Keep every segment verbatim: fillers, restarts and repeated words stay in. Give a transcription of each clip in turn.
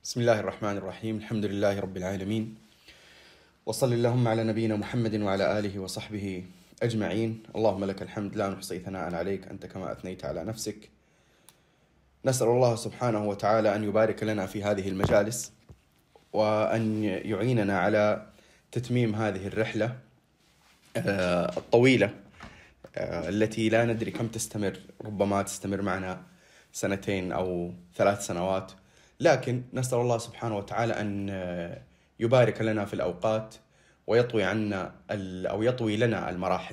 بسم الله الرحمن الرحيم. الحمد لله رب العالمين، وصل اللهم على نبينا محمد وعلى آله وصحبه أجمعين. اللهم لك الحمد لا نحصي ثناء عليك أنت كما أثنيت على نفسك. نسأل الله سبحانه وتعالى أن يبارك لنا في هذه المجالس، وأن يعيننا على تتميم هذه الرحلة الطويلة التي لا ندري كم تستمر، ربما تستمر معنا سنتين أو ثلاث سنوات، لكن نسأل الله سبحانه وتعالى أن يبارك لنا في الأوقات ويطوي عنا أو يطوي لنا المراحل.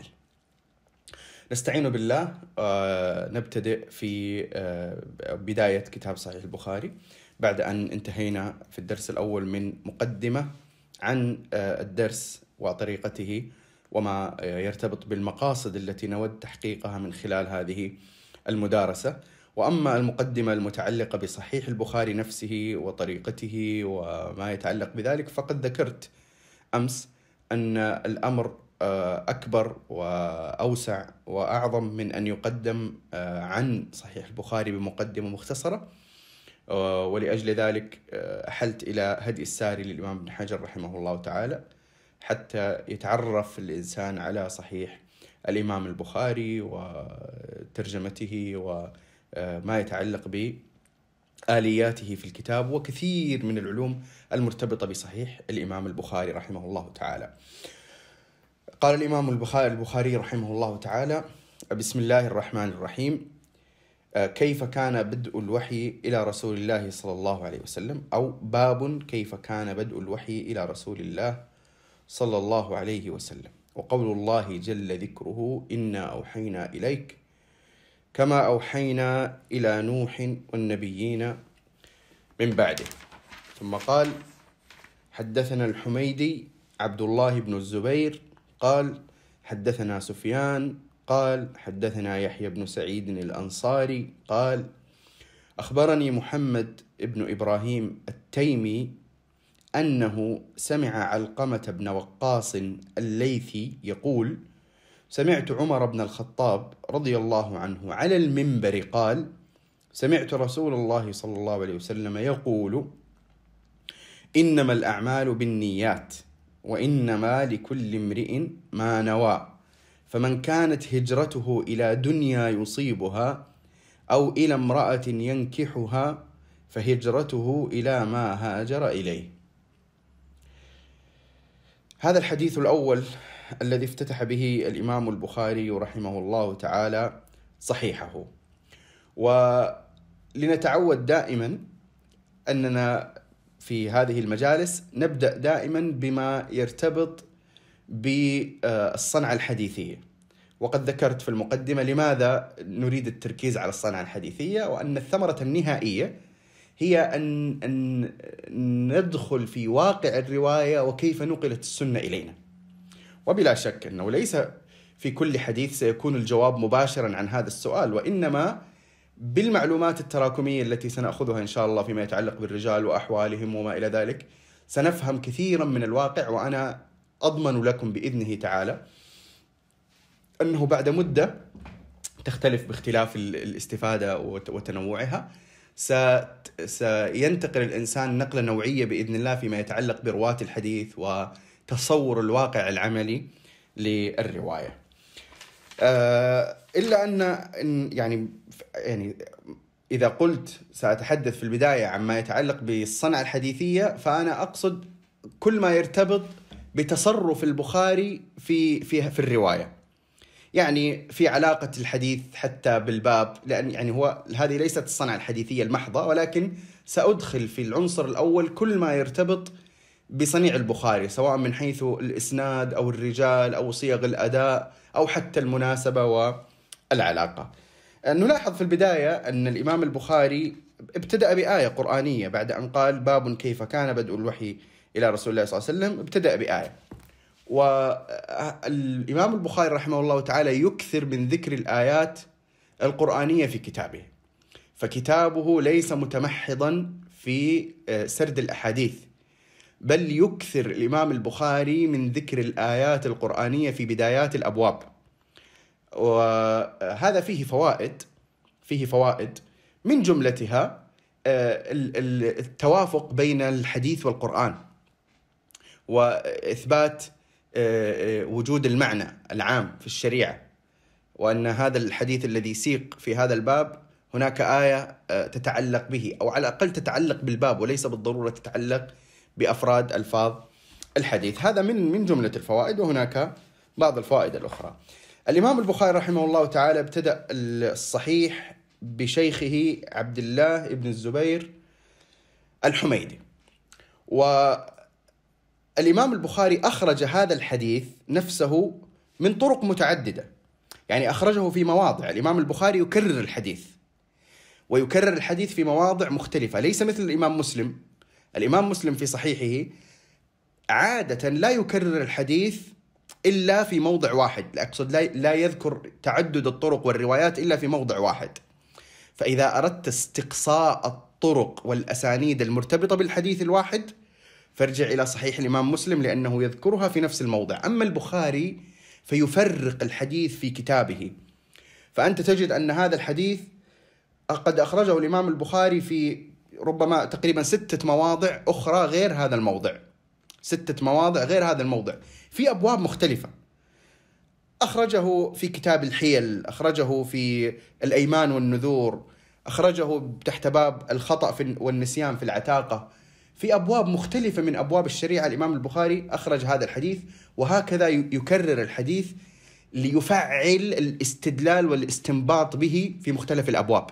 نستعين بالله. نبتدئ في بداية كتاب صحيح البخاري بعد أن انتهينا في الدرس الأول من مقدمة عن الدرس وطريقته وما يرتبط بالمقاصد التي نود تحقيقها من خلال هذه المدارسة. وأما المقدمة المتعلقة بصحيح البخاري نفسه وطريقته وما يتعلق بذلك، فقد ذكرت أمس أن الأمر أكبر وأوسع وأعظم من أن يقدم عن صحيح البخاري بمقدمة مختصرة، ولأجل ذلك أحلت إلى هدي الساري للإمام ابن حجر رحمه الله تعالى حتى يتعرف الإنسان على صحيح الإمام البخاري وترجمته وما يتعلق بآلياته في الكتاب وكثير من العلوم المرتبطة بصحيح الإمام البخاري رحمه الله تعالى. قال الإمام البخاري البخاري رحمه الله تعالى: بسم الله الرحمن الرحيم. كيف كان بدء الوحي إلى رسول الله صلى الله عليه وسلم، أو باب كيف كان بدء الوحي إلى رسول الله صلى الله عليه وسلم. وقول الله جل ذكره: إنا أوحينا إليك كما أوحينا إلى نوح والنبيين من بعده. ثم قال: حدثنا الحميدي عبد الله بن الزبير قال: حدثنا سفيان قال: حدثنا يحيى بن سعيد الأنصاري قال: أخبرني محمد بن إبراهيم التيمي أنه سمع علقمة بن وقاص الليثي يقول: سمعت عمر بن الخطاب رضي الله عنه على المنبر قال: سمعت رسول الله صلى الله عليه وسلم يقول: إنما الأعمال بالنيات وإنما لكل امرئ ما نوى، فمن كانت هجرته إلى دنيا يصيبها أو إلى امرأة ينكحها فهجرته إلى ما هاجر إليه. هذا الحديث الأول الذي افتتح به الإمام البخاري رحمه الله تعالى صحيحه. ولنتعود دائما أننا في هذه المجالس نبدأ دائما بما يرتبط بالصنعة الحديثية. وقد ذكرت في المقدمة لماذا نريد التركيز على الصنعة الحديثية، وأن الثمرة النهائية هي أن, أن ندخل في واقع الرواية وكيف نقلت السنة إلينا. وبلا شك أنه ليس في كل حديث سيكون الجواب مباشرا عن هذا السؤال، وإنما بالمعلومات التراكمية التي سنأخذها إن شاء الله فيما يتعلق بالرجال وأحوالهم وما إلى ذلك سنفهم كثيرا من الواقع. وأنا أضمن لكم بإذنه تعالى أنه بعد مدة تختلف باختلاف الاستفادة وتنوعها سينتقل الإنسان نقلة نوعية بإذن الله فيما يتعلق برواة الحديث وتصور الواقع العملي للرواية. إلا أن يعني يعني إذا قلت سأتحدث في البداية عما يتعلق بالصنعة الحديثية، فأنا أقصد كل ما يرتبط بتصرف البخاري في في في الرواية، يعني في علاقة الحديث حتى بالباب، لأن يعني هو هذه ليست الصنعة الحديثية المحضة، ولكن سأدخل في العنصر الأول كل ما يرتبط بصنيع البخاري، سواء من حيث الإسناد أو الرجال أو صيغ الأداء أو حتى المناسبة والعلاقة. نلاحظ في البداية أن الإمام البخاري ابتدأ بآية قرآنية بعد أن قال: باب كيف كان بدء الوحي إلى رسول الله صلى الله عليه وسلم. ابتدأ بآية. والإمام البخاري رحمه الله تعالى يكثر من ذكر الآيات القرآنية في كتابه، فكتابه ليس متمحضا في سرد الأحاديث، بل يكثر الإمام البخاري من ذكر الآيات القرآنية في بدايات الأبواب. وهذا فيه فوائد فيه فوائد من جملتها التوافق بين الحديث والقرآن، وإثبات وجود المعنى العام في الشريعة، وأن هذا الحديث الذي سيق في هذا الباب هناك آية تتعلق به، أو على الأقل تتعلق بالباب وليس بالضرورة تتعلق بأفراد ألفاظ الحديث. هذا من من جملة الفوائد، وهناك بعض الفوائد الأخرى. الإمام البخاري رحمه الله تعالى ابتدأ الصحيح بشيخه عبد الله بن الزبير الحميدي، والإمام البخاري أخرج هذا الحديث نفسه من طرق متعددة، يعني أخرجه في مواضع. الإمام البخاري يكرر الحديث، ويكرر الحديث في مواضع مختلفة، ليس مثل الإمام مسلم. الإمام مسلم في صحيحه عادة لا يكرر الحديث إلا في موضع واحد، أقصد لا يذكر تعدد الطرق والروايات إلا في موضع واحد. فإذا أردت استقصاء الطرق والأسانيد المرتبطة بالحديث الواحد فارجع إلى صحيح الإمام مسلم، لأنه يذكرها في نفس الموضع. أما البخاري فيفرق الحديث في كتابه، فأنت تجد أن هذا الحديث قد أخرجه الإمام البخاري في ربما تقريبا ستة مواضع أخرى غير هذا الموضع، ستة مواضع غير هذا الموضع في أبواب مختلفة. أخرجه في كتاب الحيل، أخرجه في الأيمان والنذور، أخرجه تحت باب الخطأ والنسيان في العتاقة، في أبواب مختلفة من أبواب الشريعة الإمام البخاري أخرج هذا الحديث، وهكذا يكرر الحديث ليفعل الاستدلال والاستنباط به في مختلف الأبواب.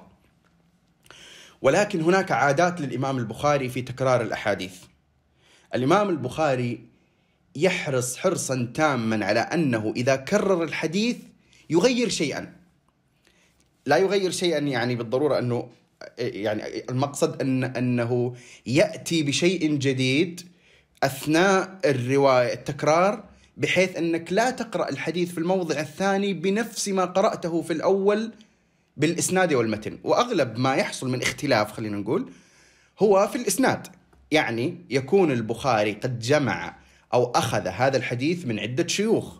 ولكن هناك عادات للإمام البخاري في تكرار الأحاديث. الإمام البخاري يحرص حرصا تاما على أنه إذا كرر الحديث يغير شيئا. لا يغير شيئا يعني بالضرورة أنه يعني المقصد أن أنه يأتي بشيء جديد أثناء الرواية التكرار، بحيث أنك لا تقرأ الحديث في الموضع الثاني بنفس ما قرأته في الأول بالإسناد والمتن. وأغلب ما يحصل من اختلاف خلينا نقول هو في الإسناد، يعني يكون البخاري قد جمع أو أخذ هذا الحديث من عدة شيوخ،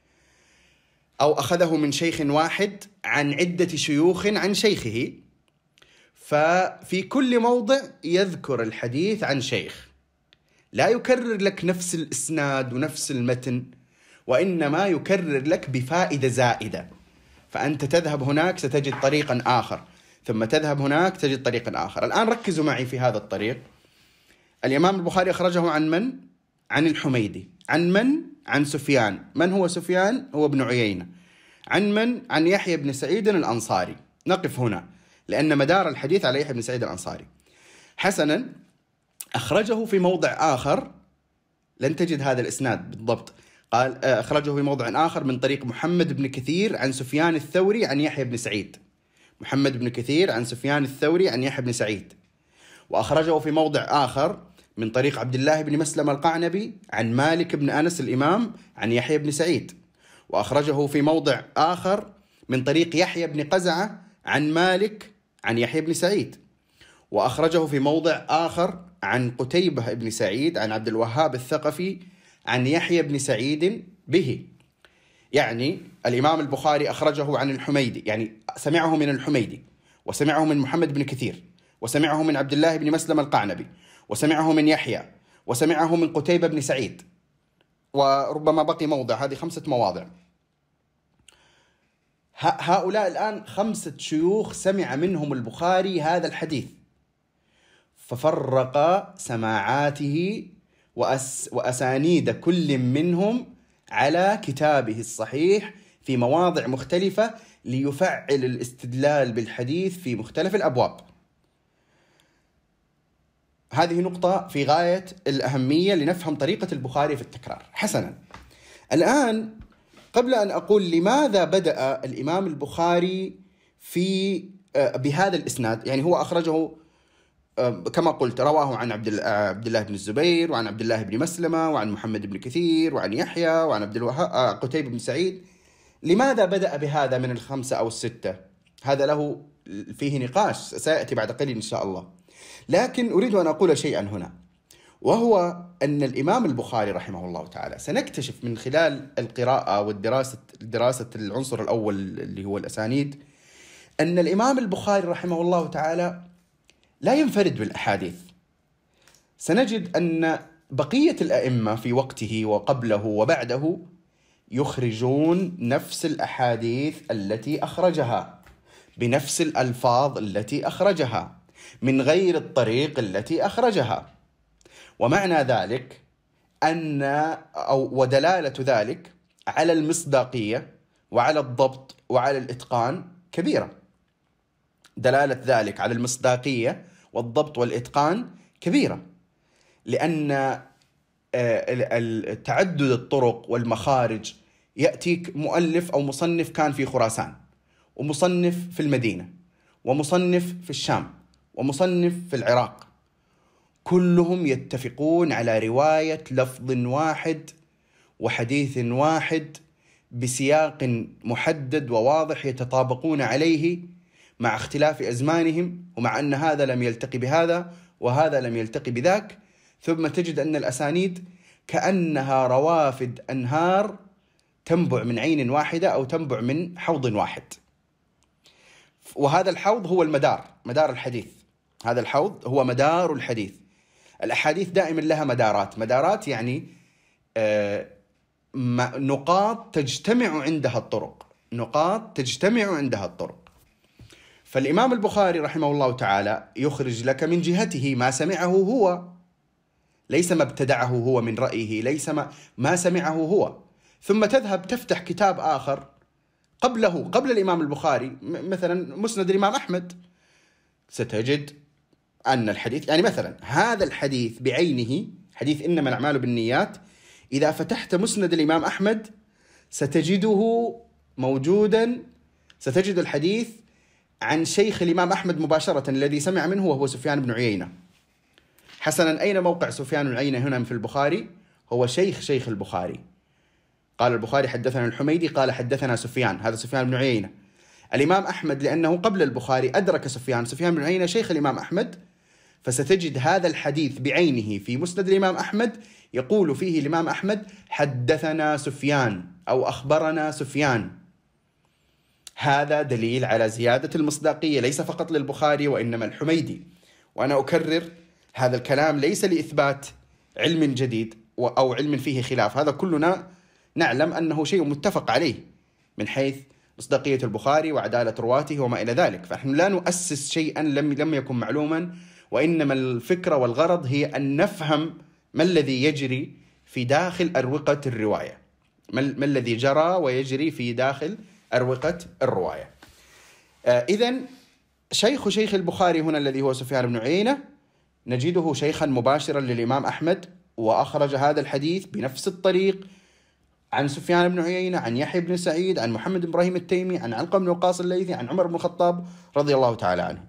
أو أخذه من شيخ واحد عن عدة شيوخ عن شيخه، ففي كل موضع يذكر الحديث عن شيخ، لا يكرر لك نفس الإسناد ونفس المتن، وإنما يكرر لك بفائدة زائدة. فأنت تذهب هناك ستجد طريقا آخر، ثم تذهب هناك تجد طريقا آخر. الآن ركزوا معي في هذا الطريق. الإمام البخاري أخرجه عن من؟ عن الحميدي. عن من؟ عن سفيان. من هو سفيان؟ هو ابن عيينة. عن من؟ عن يحيى بن سعيد الأنصاري. نقف هنا لأن مدار الحديث على يحيى بن سعيد الأنصاري. حسنا، أخرجه في موضع آخر لن تجد هذا الإسناد بالضبط، قال أخرجه في موضع آخر من طريق محمد بن كثير عن سفيان الثوري عن يحيى بن سعيد. محمد بن كثير عن سفيان الثوري عن يحيى بن سعيد. وأخرجه في موضع آخر من طريق عبد الله بن مسلم القعنبي عن مالك بن أنس الإمام عن يحيى بن سعيد. وأخرجه في موضع آخر من طريق يحيى بن قزعة عن مالك عن يحيى بن سعيد. وأخرجه في موضع آخر عن قتيبة بن سعيد عن عبد الوهاب الثقفي عن يحيى بن سعيد به. يعني الإمام البخاري أخرجه عن الحميدي، يعني سمعه من الحميدي، وسمعه من محمد بن كثير، وسمعه من عبد الله بن مسلم القعنبي، وسمعه من يحيى، وسمعه من قتيبة بن سعيد، وربما بقي موضع. هذه خمسة مواضع. هؤلاء الآن خمسة شيوخ سمع منهم البخاري هذا الحديث، ففرق سماعاته وأس وأسانيد كل منهم على كتابه الصحيح في مواضع مختلفة ليفعل الاستدلال بالحديث في مختلف الأبواب. هذه نقطة في غاية الأهمية لنفهم طريقة البخاري في التكرار. حسنا، الآن قبل أن أقول لماذا بدأ الإمام البخاري في بهذا الإسناد، يعني هو أخرجه كما قلت رواه عن عبد الله بن الزبير، وعن عبد الله بن مسلمة، وعن محمد بن كثير، وعن يحيى، وعن عبد الوهاب قتيبة بن سعيد. لماذا بدأ بهذا من الخمسة أو الستة؟ هذا له فيه نقاش سيأتي بعد قليل إن شاء الله. لكن أريد أن أقول شيئا هنا، وهو أن الإمام البخاري رحمه الله تعالى سنكتشف من خلال القراءة والدراسة دراسة العنصر الأول اللي هو الأسانيد، أن الإمام البخاري رحمه الله تعالى لا ينفرد بالأحاديث. سنجد أن بقية الأئمة في وقته وقبله وبعده يخرجون نفس الأحاديث التي أخرجها بنفس الألفاظ التي أخرجها من غير الطريق التي أخرجها. ومعنى ذلك أن أو ودلالة ذلك على المصداقية وعلى الضبط وعلى الإتقان كبيرة. دلالة ذلك على المصداقية والضبط والإتقان كبيرة، لأن تعدد الطرق والمخارج يأتيك مؤلف أو مصنف كان في خراسان، ومصنف في المدينة، ومصنف في الشام، ومصنف في العراق، كلهم يتفقون على رواية لفظ واحد وحديث واحد بسياق محدد وواضح يتطابقون عليه مع اختلاف أزمانهم، ومع أن هذا لم يلتقي بهذا وهذا لم يلتقي بذاك. ثم تجد أن الأسانيد كأنها روافد أنهار تنبع من عين واحدة أو تنبع من حوض واحد، وهذا الحوض هو المدار، مدار الحديث. هذا الحوض هو مدار الحديث. الأحاديث دائما لها مدارات. مدارات يعني آه نقاط تجتمع عندها الطرق، نقاط تجتمع عندها الطرق. فالإمام البخاري رحمه الله تعالى يخرج لك من جهته ما سمعه هو، ليس ما ابتدعه هو من رأيه، ليس ما, ما سمعه هو. ثم تذهب تفتح كتاب آخر قبله، قبل الإمام البخاري، مثلا مسند الإمام أحمد، ستجد أن الحديث، يعني مثلا هذا الحديث بعينه، حديث إنما الأعمال بالنيات، إذا فتحت مسند الإمام أحمد ستجده موجودا، ستجد الحديث عن شيخ الإمام أحمد مباشرة الذي سمع منه وهو سفيان بن عيينة. حسنا، أين موقع سفيان بن عيينة هنا في البخاري؟ هو شيخ شيخ البخاري. قال البخاري حدثنا الحميدي قال حدثنا سفيان، هذا سفيان بن عيينة. الإمام أحمد لأنه قبل البخاري أدرك سفيان، سفيان بن عيينة شيخ الإمام أحمد، فستجد هذا الحديث بعينه في مسند الإمام أحمد يقول فيه الإمام أحمد حدثنا سفيان أو أخبرنا سفيان. هذا دليل على زيادة المصداقية ليس فقط للبخاري وإنما الحميدي. وأنا أكرر هذا الكلام ليس لإثبات علم جديد أو علم فيه خلاف، هذا كلنا نعلم أنه شيء متفق عليه من حيث مصداقية البخاري وعدالة رواته وما إلى ذلك. فنحن لا نؤسس شيئا لم لم يكن معلوما، وإنما الفكرة والغرض هي أن نفهم ما الذي يجري في داخل أروقة الرواية، ما الذي جرى ويجري في داخل أروقة الرواية. آه إذن شيخ شيخ البخاري هنا الذي هو سفيان بن عيينة نجده شيخا مباشرا للإمام أحمد، وأخرج هذا الحديث بنفس الطريق عن سفيان بن عيينة، عن يحيى بن سعيد، عن محمد بن إبراهيم التيمي، عن علقمة بن وقاص الليثي، عن عمر بن الخطاب رضي الله تعالى عنه.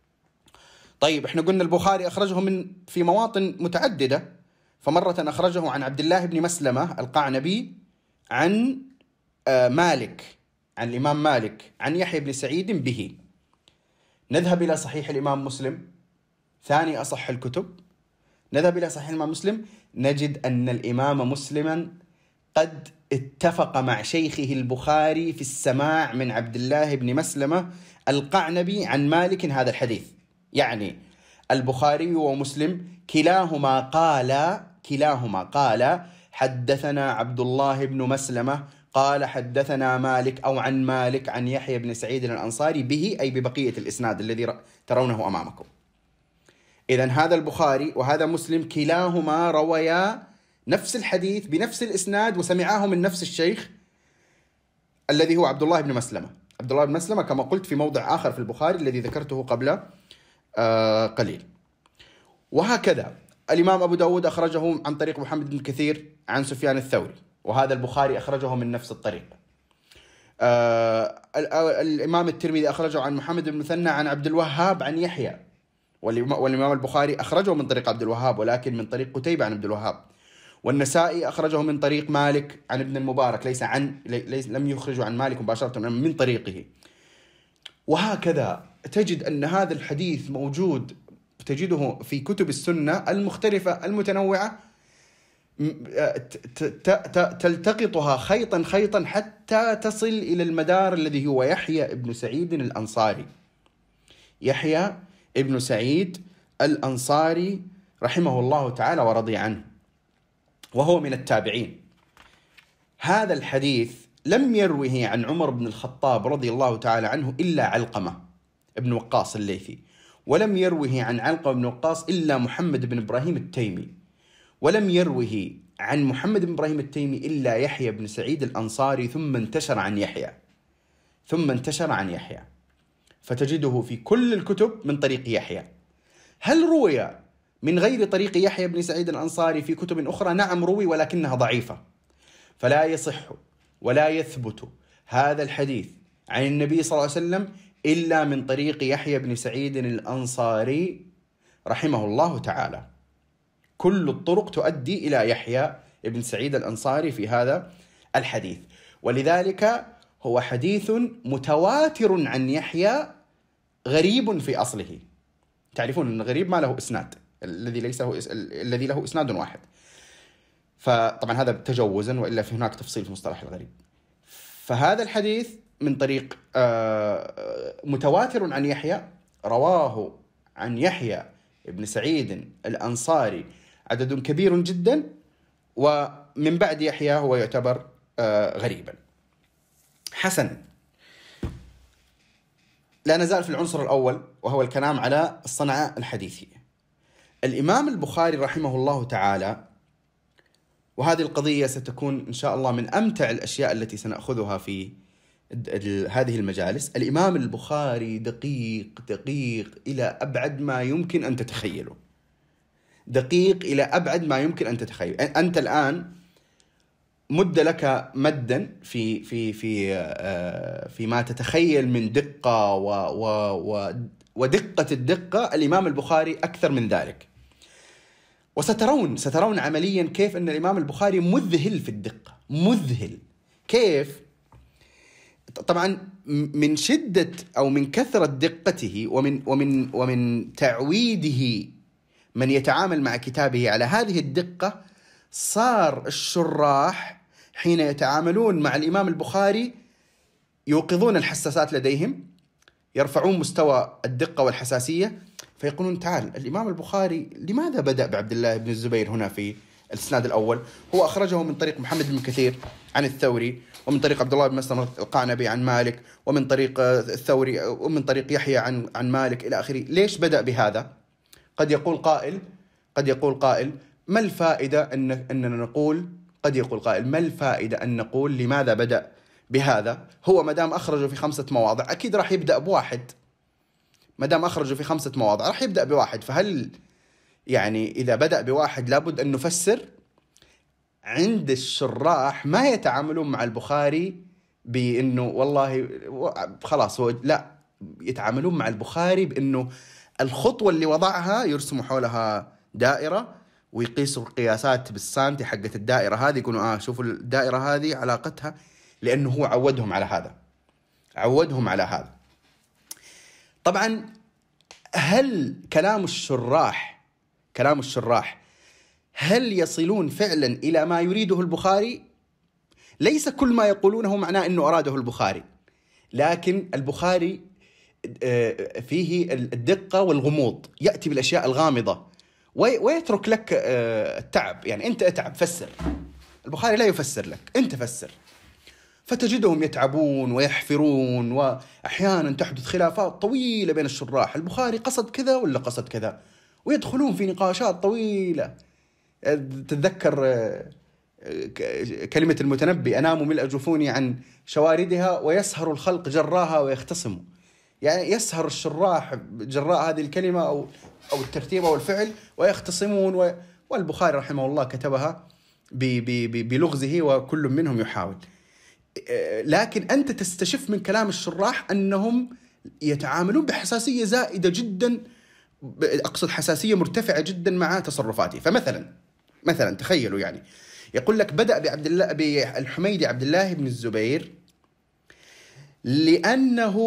طيب، احنا قلنا البخاري أخرجه من في مواطن متعددة، فمرة أخرجه عن عبد الله بن مسلمة القعنبي عن آه مالك، عن الإمام مالك، عن يحيى بن سعيد به. نذهب إلى صحيح الإمام مسلم، ثاني أصح الكتب، نذهب إلى صحيح الإمام مسلم نجد أن الإمام مسلما قد اتفق مع شيخه البخاري في السماع من عبد الله بن مسلمة القعنبي عن مالك هذا الحديث. يعني البخاري ومسلم كلاهما قال كلاهما قال حدثنا عبد الله بن مسلمة قال حدثنا مالك أو عن مالك عن يحيى بن سعيد الأنصاري به، أي ببقية الإسناد الذي ترونه أمامكم. إذن هذا البخاري وهذا مسلم كلاهما رويا نفس الحديث بنفس الإسناد وسمعاه من نفس الشيخ الذي هو عبد الله بن مسلمة. عبد الله بن مسلمة كما قلت في موضع آخر في البخاري الذي ذكرته قبل آه قليل. وهكذا الإمام أبو داود أخرجه عن طريق محمد بن كثير عن سفيان الثوري، وهذا البخاري أخرجه من نفس الطريق. آه الإمام الترمذي أخرجه عن محمد بن مثنى عن عبد الوهاب عن يحيى، والإمام البخاري أخرجه من طريق عبد الوهاب ولكن من طريق قتيبة عن عبد الوهاب. والنسائي أخرجه من طريق مالك عن ابن المبارك، ليس عن ليس لم يخرجه عن مالك مباشرة من طريقه. وهكذا تجد أن هذا الحديث موجود، تجده في كتب السنة المختلفة المتنوعة تلتقطها خيطا خيطا حتى تصل إلى المدار الذي هو يحيى ابن سعيد الأنصاري. يحيى ابن سعيد الأنصاري رحمه الله تعالى ورضي عنه، وهو من التابعين. هذا الحديث لم يروه عن عمر بن الخطاب رضي الله تعالى عنه إلا علقمة ابن وقاص الليثي، ولم يروه عن علقمة بن وقاص إلا محمد بن إبراهيم التيمي، ولم يروه عن محمد بن إبراهيم التيمي إلا يحيى بن سعيد الأنصاري، ثم انتشر عن يحيى ثم انتشر عن يحيى فتجده في كل الكتب من طريق يحيى. هل روي من غير طريق يحيى بن سعيد الأنصاري في كتب أخرى؟ نعم روي، ولكنها ضعيفة، فلا يصح ولا يثبت هذا الحديث عن النبي صلى الله عليه وسلم إلا من طريق يحيى بن سعيد الأنصاري رحمه الله تعالى. كل الطرق تؤدي إلى يحيى بن سعيد الأنصاري في هذا الحديث، ولذلك هو حديث متواتر عن يحيى غريب في أصله. تعرفون أن الغريب ما له إسناد، الذي ليس هو إس... الذي له إسناد واحد. فطبعا هذا تجوزا، وإلا في هناك تفصيل في مصطلح الغريب. فهذا الحديث من طريق متواتر عن يحيى، رواه عن يحيى بن سعيد الأنصاري عدد كبير جدا، ومن بعد يحيى هو يعتبر غريبا. حسن، لا نزال في العنصر الأول، وهو الكلام على الصنعة الحديثية. الإمام البخاري رحمه الله تعالى، وهذه القضية ستكون إن شاء الله من أمتع الأشياء التي سنأخذها في هذه المجالس. الإمام البخاري دقيق دقيق إلى أبعد ما يمكن أن تتخيله، دقيق إلى أبعد ما يمكن أن تتخيل. أنت الآن مد لك مدا في في في في ما تتخيل من دقة و و ودقة الدقة. الإمام البخاري أكثر من ذلك، وسترون سترون عمليا كيف أن الإمام البخاري مذهل في الدقة، مذهل كيف. طبعا من شدة أو من كثرة دقته ومن ومن ومن تعويده من يتعامل مع كتابه على هذه الدقة، صار الشراح حين يتعاملون مع الإمام البخاري يوقظون الحساسات لديهم، يرفعون مستوى الدقة والحساسية، فيقولون تعال الإمام البخاري لماذا بدأ بعبد الله بن الزبير هنا في الإسناد الأول؟ هو أخرجه من طريق محمد بن كثير عن الثوري، ومن طريق عبد الله بن مسلمة القعنبي عن مالك، ومن طريق الثوري، ومن طريق يحيى عن عن مالك إلى آخره. ليش بدأ بهذا؟ قد يقول قائل قد يقول قائل ما الفائدة أن أننا نقول قد يقول قائل ما الفائدة أن نقول لماذا بدأ بهذا؟ هو مدام أخرجه في خمسة مواضع أكيد راح يبدأ بواحد، مدام أخرجه في خمسة مواضع راح يبدأ بواحد، فهل يعني إذا بدأ بواحد لابد أن نفسر؟ عند الشراح ما يتعاملون مع البخاري بأنه والله خلاص هو، لا، يتعاملون مع البخاري بأنه الخطوة اللي وضعها يرسموا حولها دائرة ويقيسوا القياسات بالسانتي حقة الدائرة هذه، يقولوا آه شوفوا الدائرة هذه علاقتها، لأنه هو عودهم على هذا عودهم على هذا. طبعا هل كلام الشراح كلام الشراح هل يصلون فعلا إلى ما يريده البخاري؟ ليس كل ما يقولونه معناه أنه أراده البخاري، لكن البخاري فيه الدقة والغموض، يأتي بالأشياء الغامضة ويترك لك التعب. يعني أنت اتعب فسر، البخاري لا يفسر لك، أنت فسر. فتجدهم يتعبون ويحفرون، وأحيانا تحدث خلافات طويلة بين الشراح، البخاري قصد كذا ولا قصد كذا، ويدخلون في نقاشات طويلة. تتذكر كلمة المتنبي أنام ملء جفوني عن شواردها ويسهر الخلق جراها ويختصموا. يعني يسهر الشراح جراء هذه الكلمة أو أو الترتيب أو الفعل ويختصمون و... والبخاري رحمه الله كتبها ب... ب... بلغزه، وكل منهم يحاول. لكن أنت تستشف من كلام الشراح أنهم يتعاملون بحساسية زائدة جدا، أقصد حساسية مرتفعة جدا مع تصرفاته. فمثلا مثلا تخيلوا، يعني يقول لك بدأ بعبد الله بالحميدي عبد الله بن الزبير لأنه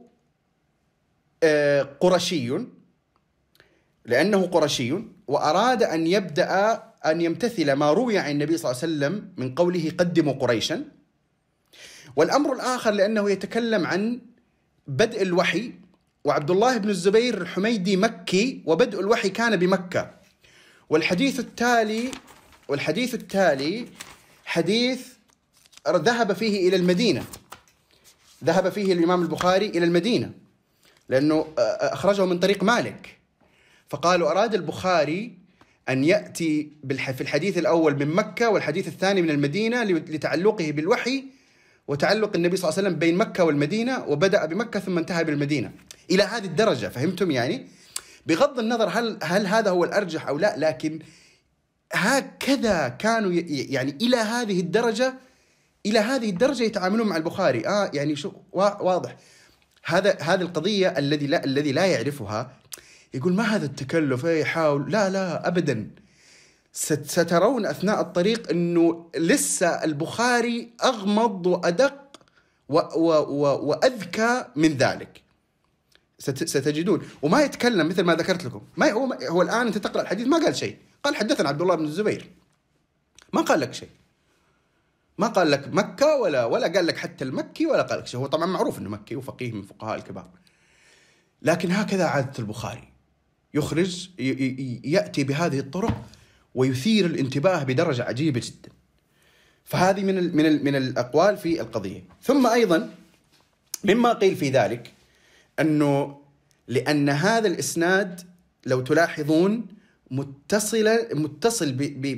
قرشي لأنه قرشي وأراد أن يبدأ أن يمتثل ما روي عن النبي صلى الله عليه وسلم من قوله قدموا قريشا. والأمر الآخر لأنه يتكلم عن بدء الوحي وعبد الله بن الزبير الحميدي مكي، وبدء الوحي كان بمكة. والحديث التالي والحديث التالي حديث ذهب فيه إلى المدينة، ذهب فيه الإمام البخاري إلى المدينة لأنه أخرجه من طريق مالك، فقالوا أراد البخاري أن يأتي في الحديث الأول من مكة والحديث الثاني من المدينة لتعلقه بالوحي وتعلق النبي صلى الله عليه وسلم بين مكة والمدينة، وبدأ بمكة ثم انتهى بالمدينة إلى هذه الدرجة. فهمتم يعني؟ بغض النظر هل هل هذا هو الأرجح أو لا، لكن هكذا كانوا يعني إلى هذه الدرجة إلى هذه الدرجة يتعاملون مع البخاري. آه يعني شو واضح هذا هذه القضية. الذي لا الذي لا يعرفها يقول ما هذا التكلف، يحاول. لا لا أبدا، سترون أثناء الطريق أنه لسه البخاري أغمض وأدق و و و وأذكى من ذلك، ستجدون. وما يتكلم مثل ما ذكرت لكم. ما هو, هو الآن أنت تقرأ الحديث ما قال شيء، قال حدثنا عبد الله بن الزبير، ما قال لك شيء، ما قال لك مكة ولا ولا قال لك حتى المكي ولا قال لك شيء. هو طبعا معروف أنه مكي وفقيه من فقهاء الكبار، لكن هكذا عادة البخاري، يخرج يأتي بهذه الطرق ويثير الانتباه بدرجة عجيبة جدا. فهذه من ال من ال من الأقوال في القضية. ثم أيضا مما قيل في ذلك أنه لأن هذا الإسناد لو تلاحظون متصل متصل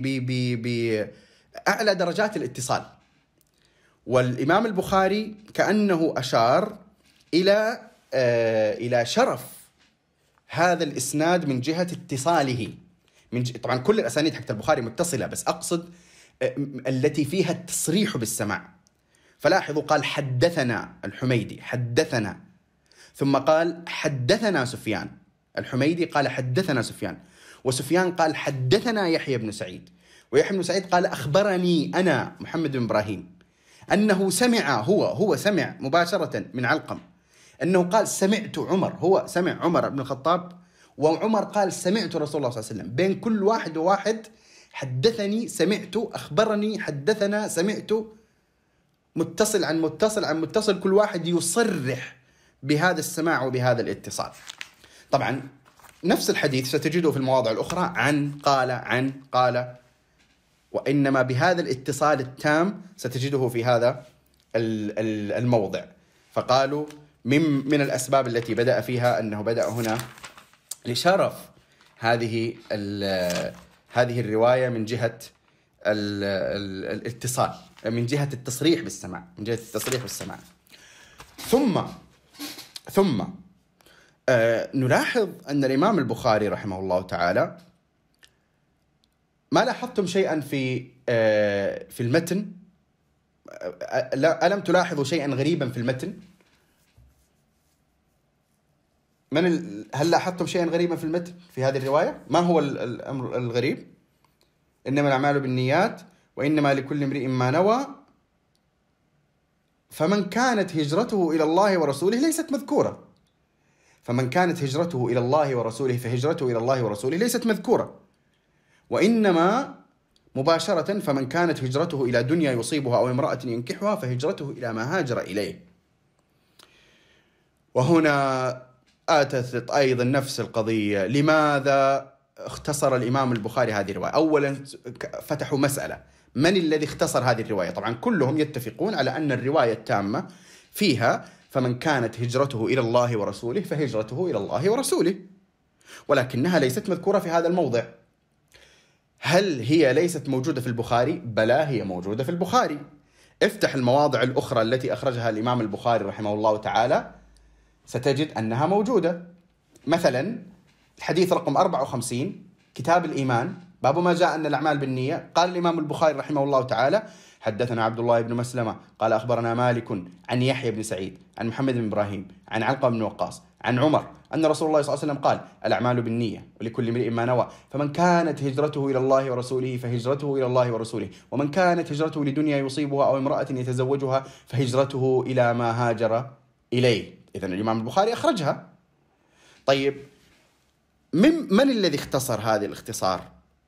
بأعلى درجات الاتصال، والإمام البخاري كأنه أشار إلى آه إلى شرف هذا الإسناد من جهة اتصاله. من ج... طبعا كل الأسانيد حق البخاري متصلة، بس أقصد آه التي فيها التصريح بالسماع. فلاحظوا قال حدثنا الحميدي، حدثنا، ثم قال حدثنا سفيان. الحميدي قال حدثنا سفيان، وسفيان قال حدثنا يحيى بن سعيد، ويحيى بن سعيد قال أخبرني أنا محمد بن إبراهيم أنه سمع هو هو سمع مباشرة من علقم أنه قال سمعت عمر، هو سمع عمر بن الخطاب، وعمر قال سمعت رسول الله صلى الله عليه وسلم. بين كل واحد وواحد حدثني، سمعت، أخبرني، حدثنا، سمعت، متصل عن متصل عن متصل، كل واحد يصرح بهذا السماع وبهذا الاتصال. طبعا نفس الحديث ستجده في المواضع الأخرى عن قال عن قال، وإنما بهذا الاتصال التام ستجده في هذا الموضع. فقالوا من من الأسباب التي بدأ فيها أنه بدأ هنا لشرف هذه هذه الرواية من جهة الاتصال، من جهة التصريح بالسماع، من جهة التصريح بالسماع. ثم ثم آه نلاحظ أن الإمام البخاري رحمه الله تعالى، ما لاحظتم شيئا في آه في المتن؟ ألم تلاحظوا شيئا غريبا في المتن؟ من ال... هل لاحظتم شيئا غريبا في المتن في هذه الرواية؟ ما هو الأمر الغريب؟ إنما الأعمال بالنيات وإنما لكل امرئ ما نوى، فمن كانت هجرته إلى الله ورسوله ليست مذكورة. فمن كانت هجرته إلى الله ورسوله فهجرته إلى الله ورسوله ليست مذكورة، وإنما مباشرة فمن كانت هجرته إلى دنيا يصيبها أو امرأة ينكحها فهجرته إلى ما هاجر إليه. وهنا آتت أيضا نفس القضية. لماذا اختصر الإمام البخاري هذه الرواية؟ أولا فتحوا مسألة، من الذي اختصر هذه الرواية؟ طبعا كلهم يتفقون على أن الرواية التامة فيها فمن كانت هجرته إلى الله ورسوله فهجرته إلى الله ورسوله، ولكنها ليست مذكورة في هذا الموضع. هل هي ليست موجودة في البخاري؟ بلى، هي موجودة في البخاري. افتح المواضع الأخرى التي أخرجها الإمام البخاري رحمه الله تعالى ستجد أنها موجودة. مثلا الحديث رقم أربعة وخمسين كتاب الإيمان باب ما جاء أن الأعمال بالنية، قال الإمام البخاري رحمه الله تعالى حدثنا عبد الله بن مسلمة قال أخبرنا مالك عن يحيى بن سعيد عن محمد بن إبراهيم عن علقمة بن وقاص عن عمر أن رسول الله صلى الله عليه وسلم قال الأعمال بالنية ولكل امرئ ما نوى، فمن كانت هجرته إلى الله ورسوله فهجرته إلى الله ورسوله، ومن كانت هجرته لدنيا يصيبها أو امرأة يتزوجها فهجرته إلى ما هاجر إليه. إذن الإمام البخاري أخرجها. طيب من, من الذي اختصر هذا الاختصار؟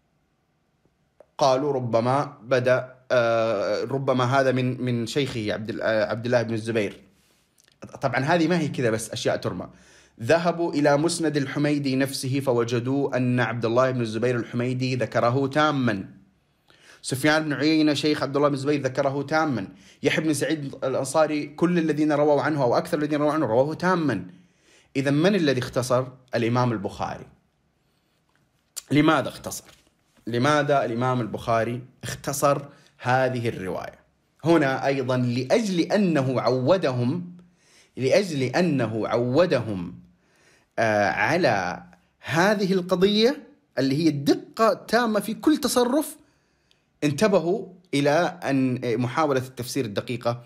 قالوا ربما بدأ آه ربما هذا من من شيخه عبد عبد الله بن الزبير. طبعا هذه ما هي كذا بس أشياء ترمى. ذهبوا إلى مسند الحميدي نفسه فوجدوا أن عبد الله بن الزبير الحميدي ذكره تاما. سفيان بن عيينة شيخ عبد الله بن الزبير ذكره تاما. يحيى بن سعيد الأنصاري كل الذين رووا عنه أو أكثر الذين رووا عنه رواه تاما. إذا من الذي اختصر؟ الإمام البخاري. لماذا اختصر؟ لماذا الإمام البخاري اختصر هذه الرواية؟ هنا أيضا لأجل أنه عودهم لأجل أنه عودهم آه على هذه القضية اللي هي الدقة التامة في كل تصرف، انتبهوا إلى أن محاولة التفسير الدقيقة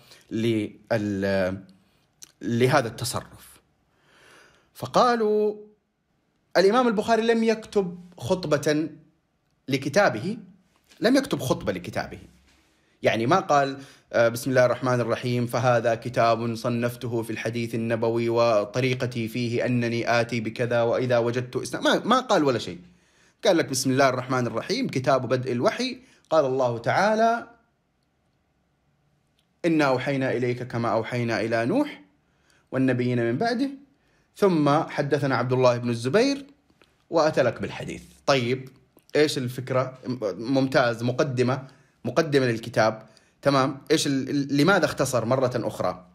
لهذا التصرف. فقالوا الإمام البخاري لم يكتب خطبة لكتابه، لم يكتب خطبة لكتابه، يعني ما قال بسم الله الرحمن الرحيم فهذا كتاب صنفته في الحديث النبوي وطريقتي فيه أنني آتي بكذا وإذا وجدت إسناد، ما, ما قال ولا شيء. قال لك بسم الله الرحمن الرحيم كتاب بدء الوحي، قال الله تعالى إنا أوحينا إليك كما أوحينا إلى نوح والنبيين من بعده، ثم حدثنا عبد الله بن الزبير وأتى لك بالحديث. طيب إيش الفكرة؟ ممتاز، مقدمة مقدمة للكتاب، تمام. إيش ال... لماذا اختصر مرة أخرى؟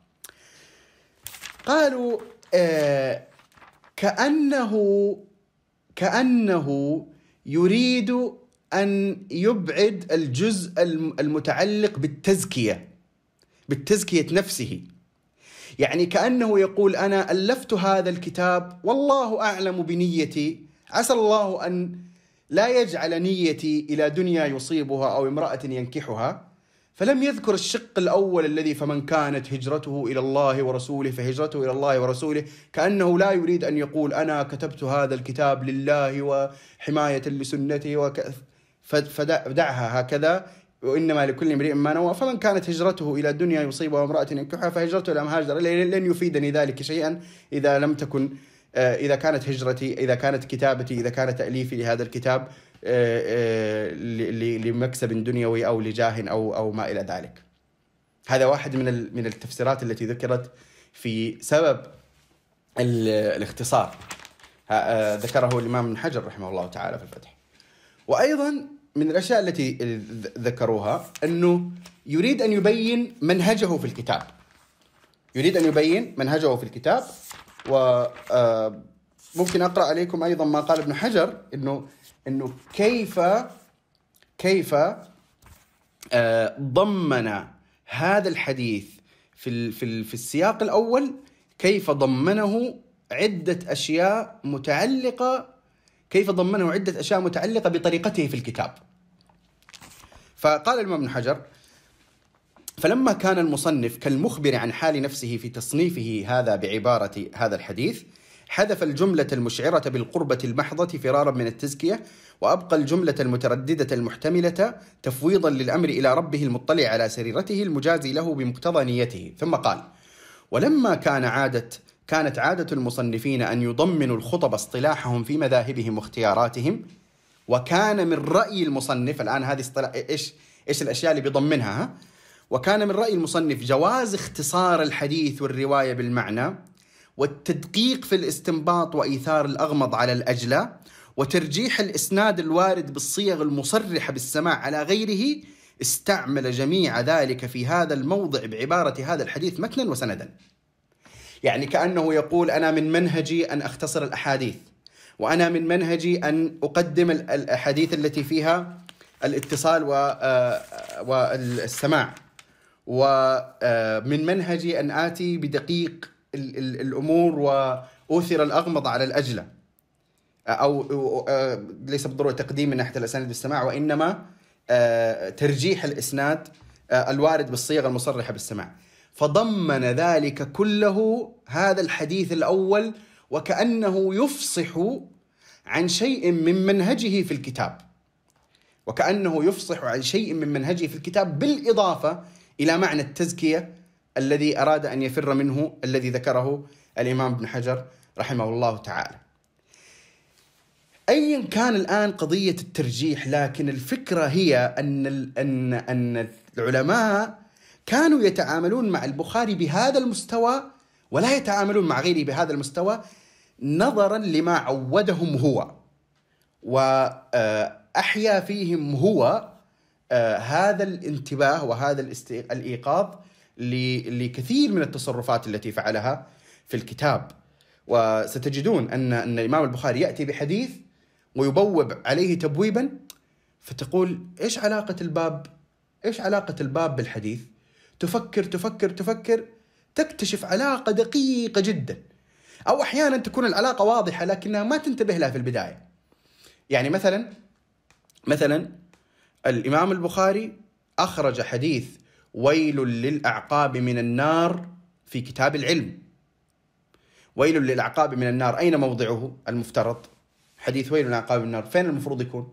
قالوا آه كأنه كأنه يريد أن يبعد الجزء المتعلق بالتزكية بالتزكية نفسه، يعني كأنه يقول أنا ألفت هذا الكتاب والله أعلم بنيتي، عسى الله أن لا يجعل نيتي إلى دنيا يصيبها أو امرأة ينكحها، فلم يذكر الشق الأول الذي فمن كانت هجرته إلى الله ورسوله فهجرته إلى الله ورسوله، كأنه لا يريد أن يقول أنا كتبت هذا الكتاب لله وحماية لسنته وك... فدعها هكذا، وإنما لكل امرئ ما نوى، فمن كانت هجرته إلى الدنيا يصيبها وامرأة ينكحها فهجرته إلى ما هاجر، لن يفيدني ذلك شيئا إذا لم تكن إذا كانت هجرتي إذا كانت كتابتي إذا كانت تأليفي لهذا الكتاب لمكسب دنيوي أو لجاه أو أو ما إلى ذلك. هذا واحد من من التفسيرات التي ذكرت في سبب الاختصار، ذكره الإمام ابن حجر رحمه الله تعالى في الفتح. وأيضا من الأشياء التي ذكروها أنه يريد أن يبين منهجه في الكتاب يريد أن يبين منهجه في الكتاب وممكن أقرأ عليكم أيضا ما قال ابن حجر إنه إنه كيف كيف ضمن هذا الحديث في في في السياق الأول، كيف ضمنه عدة أشياء متعلقة كيف ضمنه عدة أشياء متعلقة بطريقته في الكتاب. فقال الإمام ابن حجر: فلما كان المصنف كالمخبر عن حال نفسه في تصنيفه هذا بعبارة هذا الحديث، حذف الجملة المشعرة بالقربة المحضة فرارا من التزكية، وأبقى الجملة المترددة المحتملة تفويضا للأمر إلى ربه المطلع على سريرته المجازي له بمقتضى نيته. ثم قال: ولما كان عادة كانت عادة المصنفين أن يضمنوا الخطب اصطلاحهم في مذاهبهم واختياراتهم، وكان من رأي المصنف، الآن هذه اصطلاح إيش إيش الأشياء اللي بيضمنها ها؟ وكان من رأي المصنف جواز اختصار الحديث والرواية بالمعنى، والتدقيق في الاستنباط وإيثار الأغمض على الأجلى، وترجيح الإسناد الوارد بالصيغ المصرحة بالسماع على غيره. استعمل جميع ذلك في هذا الموضع بعبارة هذا الحديث متنا وسندا. يعني كأنه يقول: أنا من منهجي أن أختصر الأحاديث، وأنا من منهجي أن أقدم الأحاديث التي فيها الاتصال والسماع، ومن منهجي أن آتي بدقيق الأمور وأوثر الأغمض على الأجلى، أو ليس بالضرورة تقديم من ناحية الأسانيد بالسماع، وإنما ترجيح الإسناد الوارد بالصيغة المصرحة بالسماع. فضمن ذلك كله هذا الحديث الأول، وكأنه يفصح عن شيء من منهجه في الكتاب وكأنه يفصح عن شيء من منهجه في الكتاب بالإضافة إلى معنى التزكية الذي أراد أن يفر منه، الذي ذكره الإمام ابن حجر رحمه الله تعالى. أيا كان الآن قضية الترجيح، لكن الفكرة هي أن أن أن العلماء كانوا يتعاملون مع البخاري بهذا المستوى ولا يتعاملون مع غيره بهذا المستوى، نظرا لما عودهم هو، وأحيا فيهم هو هذا الانتباه وهذا الإيقاظ لكثير من التصرفات التي فعلها في الكتاب. وستجدون أن أن الإمام البخاري يأتي بحديث ويبوب عليه تبويبا، فتقول إيش علاقة الباب إيش علاقة الباب بالحديث؟ تفكر تفكر تفكر تكتشف علاقة دقيقة جدا، أو أحيانا تكون العلاقة واضحة لكنها ما تنتبه لها في البداية. يعني مثلا مثلا الإمام البخاري أخرج حديث ويل للأعقاب من النار في كتاب العلم. ويل للأعقاب من النار أين موضعه المفترض؟ حديث ويل للأعقاب من النار فين المفروض يكون؟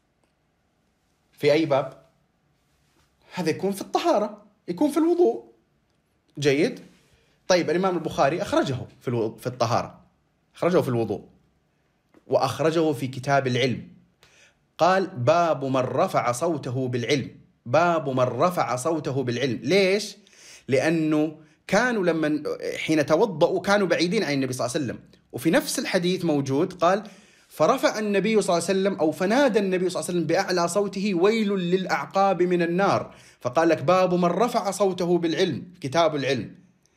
في أي باب؟ هذا يكون في الطهارة، يكون في الوضوء. جيد. طيب الإمام البخاري أخرجه في الوضوء في الطهارة، أخرجه في الوضوء، وأخرجه في كتاب العلم. قال باب من رفع صوته بالعلم، باب من رفع صوته بالعلم. ليش؟ لأنه كانوا لما حين توضؤوا كانوا بعيدين عن النبي صلى الله عليه وسلم، وفي نفس الحديث موجود قال فرفع النبي صلى الله عليه وسلم أو فنادى النبي صلى الله عليه وسلم بأعلى صوته ويل للأعقاب من النار، فقال لك باب من رفع صوته بالعلم، كتاب العلم.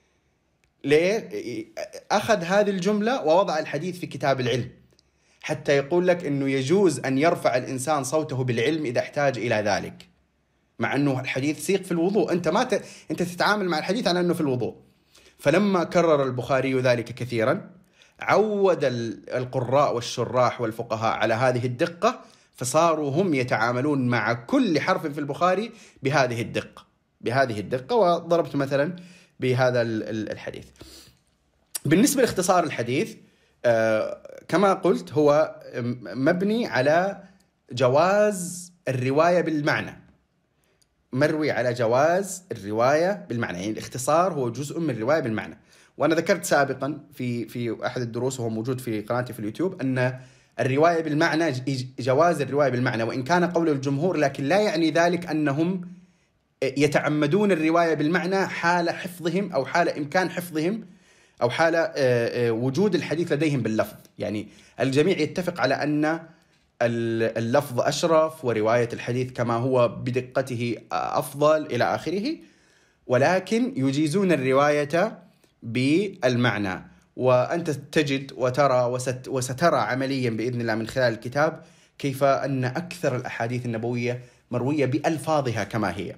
ليه؟ أخذ هذه الجملة ووضع الحديث في كتاب العلم حتى يقول لك أنه يجوز أن يرفع الإنسان صوته بالعلم إذا احتاج إلى ذلك، مع أنه الحديث سيق في الوضوء. أنت ما ت... أنت تتعامل مع الحديث على أنه في الوضوء. فلما كرر البخاري ذلك كثيرا عود القراء والشراح والفقهاء على هذه الدقة، فصاروا هم يتعاملون مع كل حرف في البخاري بهذه الدقة بهذه الدقة وضربت مثلا بهذا الحديث. بالنسبة لاختصار الحديث آه كما قلت هو مبني على جواز الرواية بالمعنى، مروي على جواز الرواية بالمعنى، يعني الاختصار هو جزء من الرواية بالمعنى. وأنا ذكرت سابقا في في أحد الدروس وهو موجود في قناتي في اليوتيوب أن الرواية بالمعنى جواز الرواية بالمعنى وإن كان قول الجمهور، لكن لا يعني ذلك أنهم يتعمدون الرواية بالمعنى حال حفظهم أو حال إمكان حفظهم أو حال وجود الحديث لديهم باللفظ. يعني الجميع يتفق على أن اللفظ أشرف ورواية الحديث كما هو بدقته أفضل إلى آخره، ولكن يجيزون الرواية بالمعنى. وأنت تجد وترى وست وسترى عمليا بإذن الله من خلال الكتاب كيف أن أكثر الأحاديث النبوية مروية بألفاظها كما هي.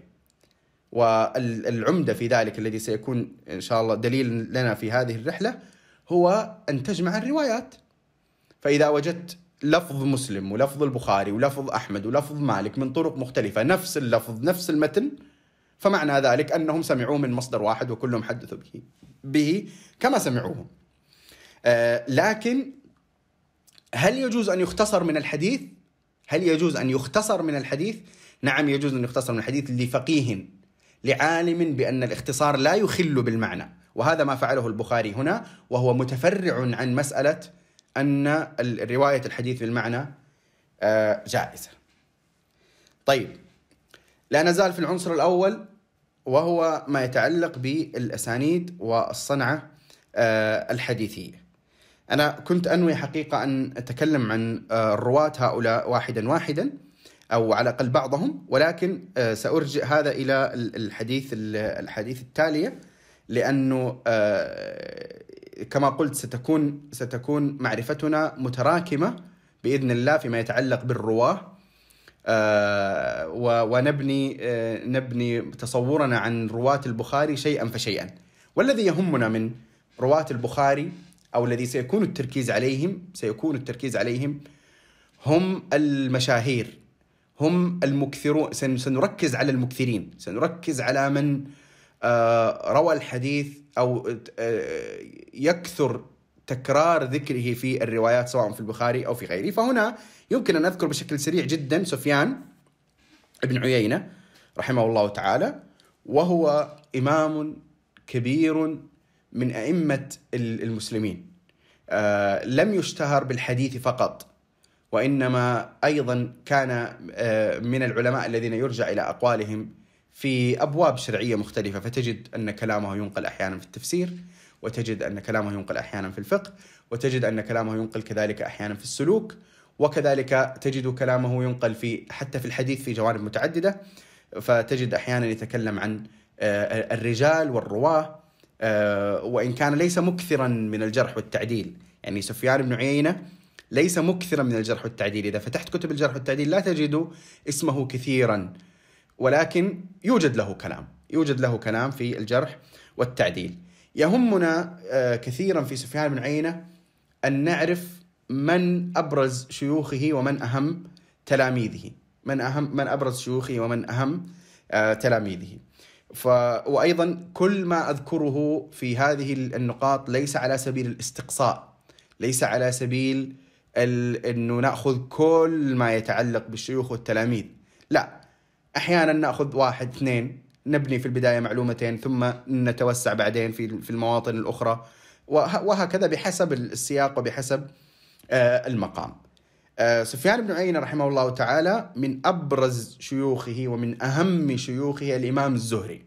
والعمدة في ذلك الذي سيكون إن شاء الله دليل لنا في هذه الرحلة هو أن تجمع الروايات. فإذا وجدت لفظ مسلم ولفظ البخاري ولفظ أحمد ولفظ مالك من طرق مختلفة نفس اللفظ نفس المتن، فمعنى ذلك أنهم سمعوه من مصدر واحد وكلهم حدثوا به به كما سمعوه. آه لكن هل يجوز أن يختصر من الحديث؟ هل يجوز أن يختصر من الحديث؟ نعم يجوز أن يختصر من الحديث لفقيه لعالم بأن الاختصار لا يخل بالمعنى، وهذا ما فعله البخاري هنا، وهو متفرع عن مسألة أن رواية الحديث بالمعنى آه جائزة. طيب لا نزال في العنصر الأول وهو ما يتعلق بالأسانيد والصنعة آه الحديثية. أنا كنت أنوي حقيقة أن أتكلم عن آه الرواة هؤلاء واحدا واحدا أو على الأقل بعضهم، ولكن آه سأرجع هذا إلى الحديث الحديث التالية، لأنه آه كما قلت ستكون ستكون معرفتنا متراكمة بإذن الله فيما يتعلق بالرواة، آه ونبني آه نبني تصورنا عن رواة البخاري شيئا فشيئا. والذي يهمنا من رواة البخاري أو الذي سيكون التركيز عليهم سيكون التركيز عليهم هم المشاهير، هم المكثرون. سنركز على المكثرين، سنركز على من آه روى الحديث أو آه يكثر تكرار ذكره في الروايات سواء في البخاري أو في غيره. فهنا يمكن أن أذكر بشكل سريع جدا سفيان بن عيينة رحمه الله تعالى، وهو إمام كبير من أئمة المسلمين، آه لم يشتهر بالحديث فقط، وإنما أيضا كان آه من العلماء الذين يرجع إلى أقوالهم في أبواب شرعية مختلفة، فتجد أن كلامه ينقل أحيانا في التفسير وتجد أن كلامه ينقل أحيانا في الفقه، وتجد أن كلامه ينقل كذلك أحيانا في السلوك، وكذلك تجد كلامه ينقل في حتى في الحديث في جوانب متعددة. فتجد أحيانا يتكلم عن الرجال والرواه، وإن كان ليس مكثرا من الجرح والتعديل. يعني سفيان بن عيينة ليس مكثرا من الجرح والتعديل، إذا فتحت كتب الجرح والتعديل لا تجد اسمه كثيرا، ولكن يوجد له كلام يوجد له كلام في الجرح والتعديل. يهمنا كثيرا في سفيان بن عيينة أن نعرف من أبرز شيوخه ومن أهم تلاميذه من أهم من أبرز شيوخه ومن أهم تلاميذه. ف... وأيضا كل ما أذكره في هذه النقاط ليس على سبيل الاستقصاء، ليس على سبيل ال... أنه نأخذ كل ما يتعلق بالشيوخ والتلاميذ، لا، أحيانا نأخذ واحد اثنين، نبني في البداية معلومتين ثم نتوسع بعدين في في المواطن الأخرى، وه... وهكذا بحسب السياق وبحسب آه المقام. آه سفيان بن عيينة رحمه الله تعالى من أبرز شيوخه ومن أهم شيوخه الإمام الزهري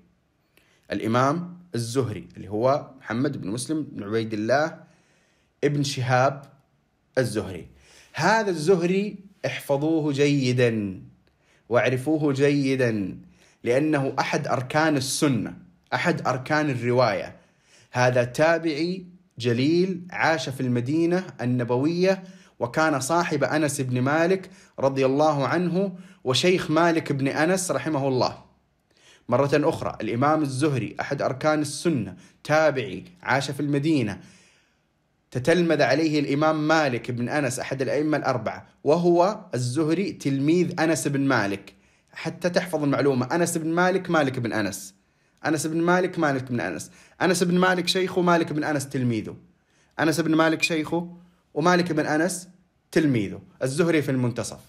الإمام الزهري اللي هو محمد بن مسلم بن عبيد الله ابن شهاب الزهري. هذا الزهري احفظوه جيدا واعرفوه جيدا، لأنه أحد أركان السنة، أحد أركان الرواية. هذا تابعي جليل عاش في المدينة النبوية، وكان صاحب أنس بن مالك رضي الله عنه وشيخ مالك بن أنس رحمه الله. مرة أخرى، الإمام الزهري أحد أركان السنة، تابعي عاش في المدينة، تتلمذ عليه الإمام مالك بن أنس أحد الأئمة الأربعة، وهو الزهري تلميذ أنس بن مالك. حتى تحفظ المعلومة، أنس بن مالك مالك بن أنس، أنس بن مالك مالك بن أنس، أنس بن مالك شيخه، مالك بن أنس تلميذه، أنس بن مالك شيخه ومالك بن أنس تلميذه، الزهري في المنتصف.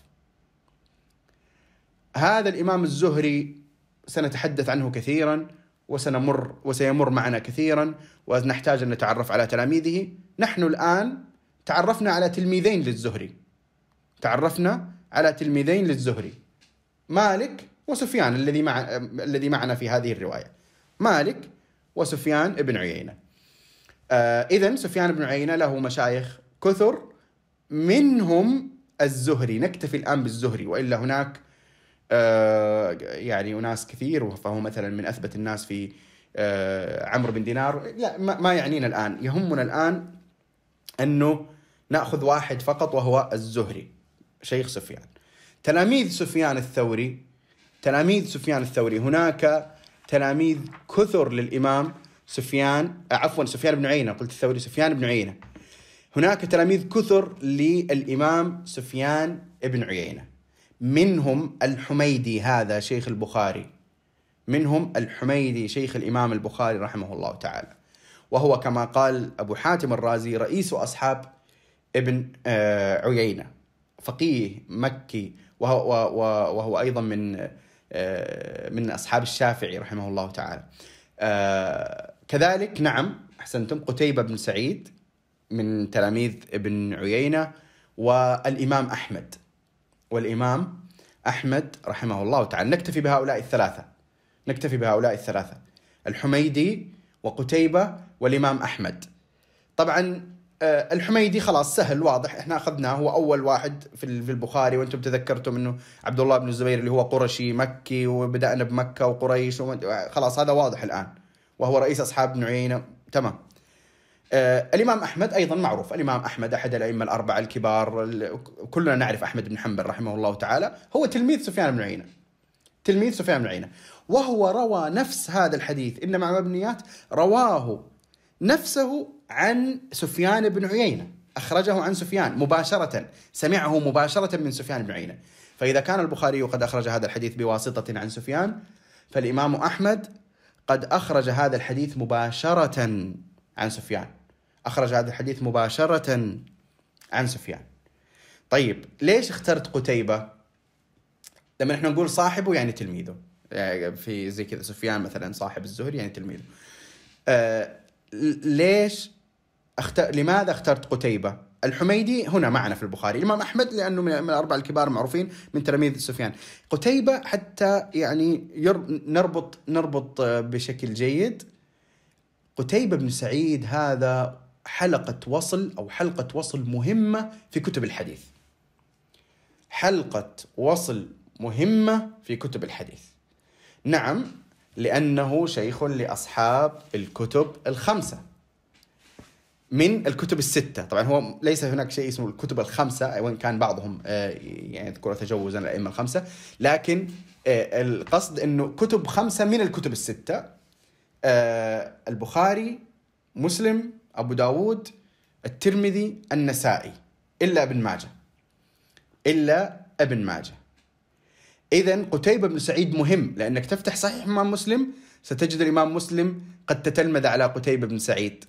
هذا الإمام الزهري سنتحدث عنه كثيرا، وسنمر وسيمر معنا كثيرا، ونحتاج أن نتعرف على تلاميذه. نحن الآن تعرفنا على تلميذين للزهري، تعرفنا على تلميذين للزهري، مالك وسفيان الذي مع الذي معنا في هذه الرواية، مالك وسفيان بن عيينة. آه إذن سفيان بن عيينة له مشايخ كثر، منهم الزهري. نكتفي الآن بالزهري، وإلا هناك آه يعني أناس كثير، فهو مثلا من أثبت الناس في آه عمرو بن دينار. لا، ما يعنينا الآن، يهمنا الآن أنه نأخذ واحد فقط وهو الزهري شيخ سفيان. تلاميذ سفيان الثوري تلاميذ سفيان الثوري هناك تلاميذ كثر للإمام سفيان، عفوا سفيان بن عيينة، قلت الثوري، سفيان بن عيينة. هناك تلاميذ كثر للإمام سفيان بن عيينة، منهم الحميدي هذا شيخ البخاري، منهم الحميدي شيخ الإمام البخاري رحمه الله تعالى، وهو كما قال أبو حاتم الرازي رئيس أصحاب ابن عيينة، فقيه مكي، وهو, وهو أيضا من من أصحاب الشافعي رحمه الله تعالى. كذلك نعم أحسنتم، قتيبة بن سعيد من تلاميذ ابن عيينة، والإمام أحمد والإمام أحمد رحمه الله تعالى. نكتفي بهؤلاء الثلاثة نكتفي بهؤلاء الثلاثة الحميدي وقتيبة والإمام أحمد. طبعا الحميدي خلاص سهل واضح، احنا أخذناه، هو أول واحد في البخاري، وانتم تذكرتم أنه عبد الله بن الزبير اللي هو قرشي مكي، وبدأنا بمكة وقريش، خلاص هذا واضح الآن، وهو رئيس أصحاب ابن عيينة، تمام. آه الإمام أحمد أيضا معروف، الإمام أحمد أحد الأئمة الأربعة الكبار، كلنا نعرف أحمد بن حنبل رحمه الله تعالى، هو تلميذ سفيان بن عيينة تلميذ سفيان بن عيينة وهو روى نفس هذا الحديث إنما مبنيات، رواه نفسه عن سفيان بن عيينة، أخرجه عن سفيان مباشرة، سمعه مباشرة من سفيان بن عيينة. فإذا كان البخاري قد أخرج هذا الحديث بواسطة عن سفيان، فالإمام أحمد قد أخرج هذا الحديث مباشرة عن سفيان أخرج هذا الحديث مباشرة عن سفيان. طيب ليش اخترت قتيبة؟ لما نحن نقول صاحبه يعني تلميذه، يعني في زي كذا سفيان مثلا صاحب الزهري يعني تلميذه. آه ليش اختار لماذا اخترت قتيبة؟ الحميدي هنا معنا في البخاري، الإمام أحمد لأنه من الأربعة الكبار معروفين من تلاميذ سفيان، قتيبة حتى يعني نربط نربط بشكل جيد. قتيبة بن سعيد هذا حلقة وصل أو حلقة وصل مهمة في كتب الحديث. حلقة وصل مهمة في كتب الحديث. نعم، لأنه شيخ لأصحاب الكتب الخمسة من الكتب الستة. طبعا هو ليس هناك شيء اسمه الكتب الخمسة، وإن كان بعضهم يعني يذكر تجوزا الأئمة الخمسة، لكن القصد أنه كتب خمسة من الكتب الستة: البخاري، مسلم، أبو داود، الترمذي، النسائي، إلا ابن ماجه إلا ابن ماجه. إذن قتيبة بن سعيد مهم، لأنك تفتح صحيح إمام مسلم ستجد الإمام مسلم قد تتلمذ على قتيبة بن سعيد.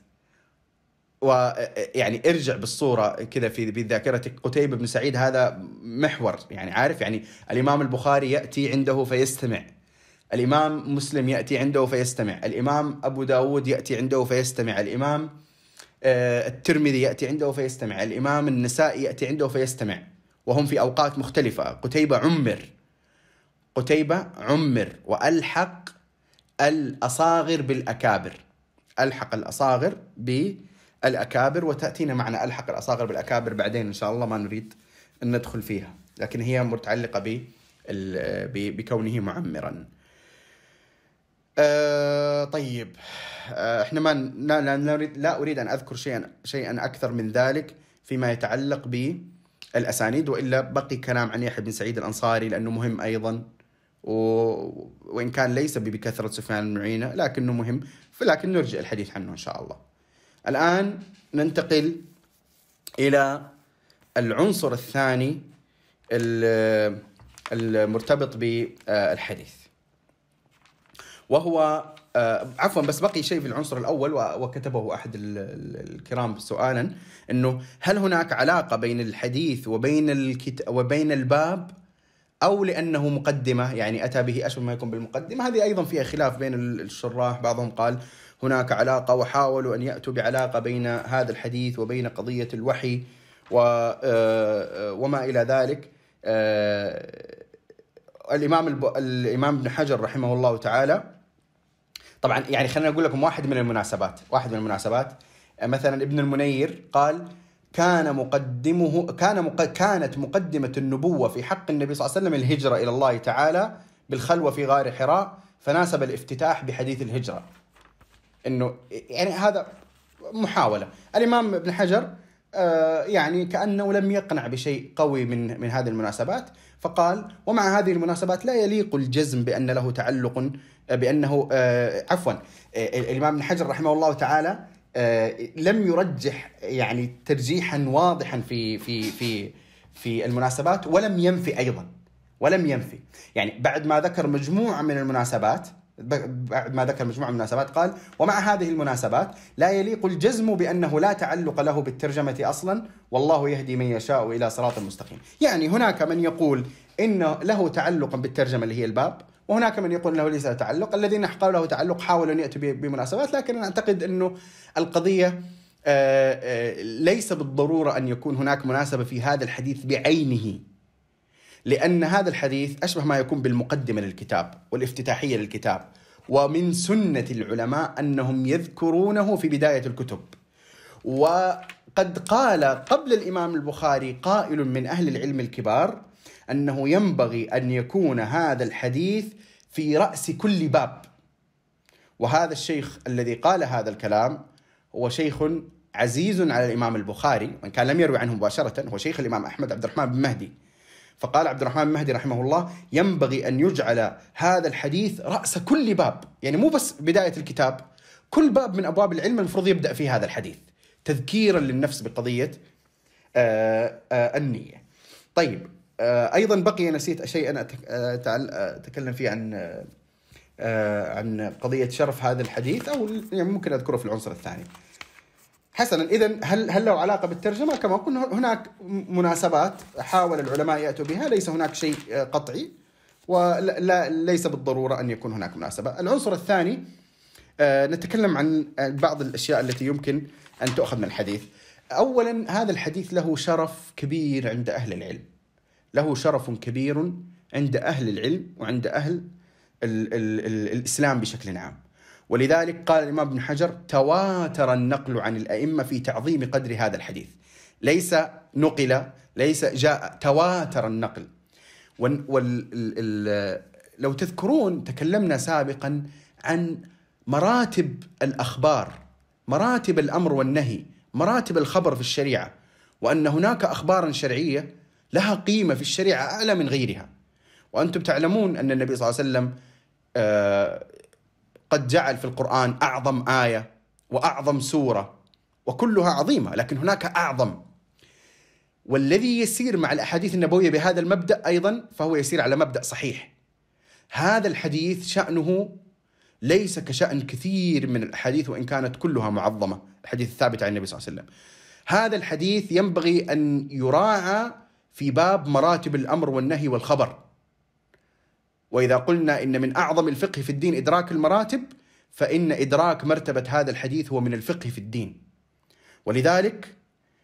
ويعني ارجع بالصورة كذا في بذاكرتك، قتيبة بن سعيد هذا محور، يعني عارف، يعني الإمام البخاري يأتي عنده فيستمع، الإمام مسلم يأتي عنده فيستمع، الإمام أبو داود يأتي عنده فيستمع، الإمام الترمذي يأتي عنده فيستمع، الإمام النسائي يأتي عنده فيستمع، وهم في أوقات مختلفة. قتيبة عمر قتيبة عمر وألحق الأصاغر بالأكابر، ألحق الأصاغر بالأكابر، وتأتينا معنى ألحق الأصاغر بالأكابر بعدين إن شاء الله، ما نريد أن ندخل فيها، لكن هي متعلقة بكونه معمرا. أه طيب، أه احنا ما لا, لا, نريد لا أريد أن أذكر شيئا شيئا أكثر من ذلك فيما يتعلق بالأسانيد، وإلا بقي كلام عن يحيى بن سعيد الأنصاري لأنه مهم أيضا، وإن كان ليس بكثرة سفيان بن عيينة لكنه مهم، فلكن نرجع الحديث عنه إن شاء الله. الآن ننتقل إلى العنصر الثاني المرتبط بالحديث، وهو عفوا بس بقي شيء في العنصر الأول وكتبه أحد الكرام سؤالا، أنه هل هناك علاقة بين الحديث وبين الكت... وبين الباب، أو لأنه مقدمة يعني أتى به أشبه ما يكون بالمقدمة؟ هذه أيضا فيها خلاف بين الشراح، بعضهم قال هناك علاقة وحاولوا أن يأتوا بعلاقة بين هذا الحديث وبين قضية الوحي وما إلى ذلك. الإمام الب... الإمام ابن حجر رحمه الله تعالى، طبعا يعني خلينا أقول لكم واحد من المناسبات واحد من المناسبات مثلا ابن المنير قال كان مقدمه كان مق... كانت مقدمة النبوة في حق النبي صلى الله عليه وسلم الهجرة إلى الله تعالى بالخلوة في غار حراء، فناسب الافتتاح بحديث الهجرة. إنه يعني هذا محاولة. الإمام ابن حجر آه يعني كأنه لم يقنع بشيء قوي من من هذه المناسبات، فقال ومع هذه المناسبات لا يليق الجزم بأن له تعلق بأنه آه عفوا آه الإمام ابن حجر رحمه الله تعالى آه لم يرجح يعني ترجيحا واضحا في في في في المناسبات، ولم ينفي أيضا ولم ينفي يعني بعد ما ذكر مجموعة من المناسبات بعد ما ذكر مجموعة من المناسبات قال ومع هذه المناسبات لا يليق الجزم بأنه لا تعلق له بالترجمة أصلا، والله يهدي من يشاء إلى صراط مستقيم. يعني هناك من يقول إنه له تعلق بالترجمة اللي هي الباب، وهناك من يقول له ليس له تعلق. الذين قالوا له تعلق حاولوا أن يأتوا بمناسبات، لكن أنا أعتقد أنه القضية ليس بالضرورة أن يكون هناك مناسبة في هذا الحديث بعينه، لأن هذا الحديث أشبه ما يكون بالمقدمة للكتاب والافتتاحية للكتاب، ومن سنة العلماء أنهم يذكرونه في بداية الكتب. وقد قال قبل الإمام البخاري قائل من أهل العلم الكبار أنه ينبغي أن يكون هذا الحديث في رأس كل باب، وهذا الشيخ الذي قال هذا الكلام هو شيخ عزيز على الإمام البخاري، وإن كان لم يروي عنه مباشرة، هو شيخ الإمام أحمد عبد الرحمن بن مهدي. فقال عبد الرحمن بن مهدي رحمه الله ينبغي أن يجعل هذا الحديث رأس كل باب، يعني مو بس بداية الكتاب، كل باب من أبواب العلم المفروض يبدأ في هذا الحديث تذكيرا للنفس بقضية آآ آآ النية. طيب، أيضا بقي نسيت شيئا أتكلم فيه عن عن قضية شرف هذا الحديث، أو يعني ممكن أذكره في العنصر الثاني. حسنا، إذن هل هل له علاقة بالترجمة؟ كما قلنا هناك مناسبات حاول العلماء يأتوا بها، ليس هناك شيء قطعي، ولا ليس بالضرورة أن يكون هناك مناسبة. العنصر الثاني نتكلم عن بعض الأشياء التي يمكن أن تؤخذ من الحديث. أولا، هذا الحديث له شرف كبير عند أهل العلم، له شرف كبير عند أهل العلم وعند أهل ال ال ال الإسلام بشكل عام. ولذلك قال الإمام ابن حجر: تواتر النقل عن الأئمة في تعظيم قدر هذا الحديث. ليس نقل، ليس جاء، تواتر النقل. وال وال لو تذكرون تكلمنا سابقا عن مراتب الأخبار، مراتب الأمر والنهي، مراتب الخبر في الشريعة، وأن هناك أخبارا شرعية لها قيمة في الشريعة أعلى من غيرها. وأنتم تعلمون أن النبي صلى الله عليه وسلم آه قد جعل في القرآن أعظم آية وأعظم سورة، وكلها عظيمة، لكن هناك أعظم. والذي يسير مع الأحاديث النبوية بهذا المبدأ أيضا فهو يسير على مبدأ صحيح. هذا الحديث شأنه ليس كشأن كثير من الأحاديث وإن كانت كلها معظمة، الحديث الثابت عن النبي صلى الله عليه وسلم. هذا الحديث ينبغي أن يراعى في باب مراتب الأمر والنهي والخبر. وإذا قلنا إن من أعظم الفقه في الدين إدراك المراتب، فإن إدراك مرتبة هذا الحديث هو من الفقه في الدين. ولذلك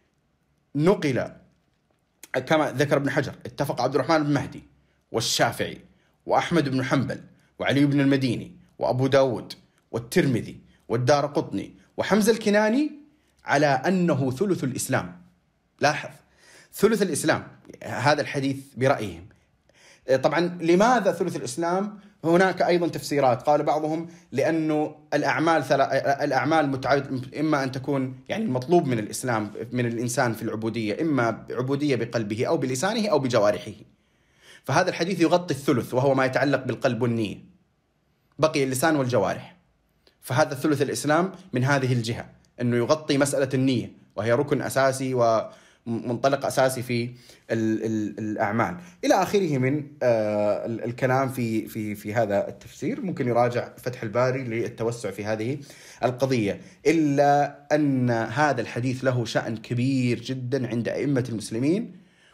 نقل كما ذكر ابن حجر: اتفق عبد الرحمن بن مهدي والشافعي وأحمد بن حنبل وعلي بن المديني وأبو داود والترمذي والدارقطني وحمزة الكناني على أنه ثلث الإسلام. لاحظ، ثلث الإسلام هذا الحديث برأيهم. طبعا لماذا ثلث الإسلام؟ هناك أيضا تفسيرات. قال بعضهم لأنه الأعمال الأعمال متعدد، إما أن تكون يعني المطلوب من الإسلام من الإنسان في العبودية إما عبودية بقلبه أو بلسانه أو بجوارحه، فهذا الحديث يغطي الثلث وهو ما يتعلق بالقلب والنية، بقي اللسان والجوارح. فهذا ثلث الإسلام من هذه الجهة، أنه يغطي مسألة النية وهي ركن أساسي ومنطلق أساسي في ال ال الأعمال إلى آخره من آه الكلام في في في هذا التفسير. ممكن يراجع فتح الباري للتوسع في هذه القضية. إلا أن هذا الحديث له شأن كبير جدا عند أئمة المسلمين،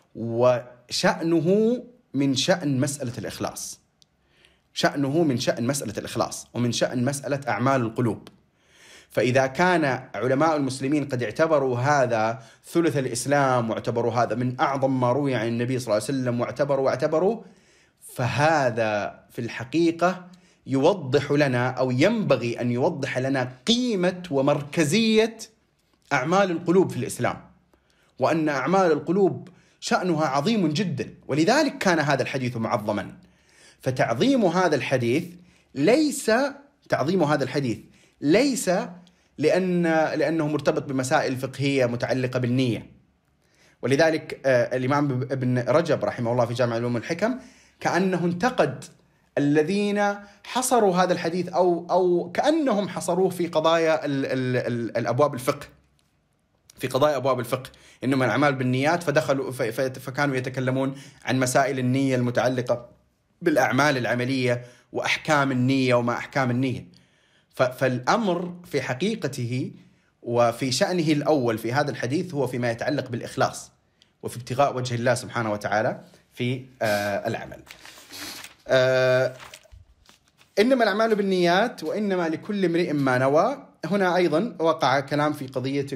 وشأنه من شأن مسألة الإخلاص، شأنه من شأن مسألة الإخلاص ومن شأن مسألة أعمال القلوب. فإذا كان علماء المسلمين قد اعتبروا هذا ثلث الإسلام واعتبروا هذا من أعظم ما روي عن النبي صلى الله عليه وسلم واعتبروا واعتبروا فهذا في الحقيقة يوضح لنا أو ينبغي أن يوضح لنا قيمة ومركزية أعمال القلوب في الإسلام، وأن أعمال القلوب شأنها عظيم جدا، ولذلك كان هذا الحديث معظما. فتعظيم هذا الحديث ليس تعظيم هذا الحديث ليس لأن لأنه مرتبط بمسائل فقهية متعلقة بالنية. ولذلك آه الإمام ابن رجب رحمه الله في جامع العلوم والحكم كأنه انتقد الذين حصروا هذا الحديث أو أو كأنهم حصروه في قضايا ال ال ال الأبواب الفقه، في قضايا أبواب الفقه إنما الأعمال بالنيات، فدخلوا فكانوا يتكلمون عن مسائل النية المتعلقة بالأعمال العملية وأحكام النية وما أحكام النية. فالأمر في حقيقته وفي شأنه الأول في هذا الحديث هو فيما يتعلق بالإخلاص وفي ابتغاء وجه الله سبحانه وتعالى في آه العمل. آه إنما الأعمال بالنيات وإنما لكل امرئ ما نوى. هنا أيضا وقع كلام في قضية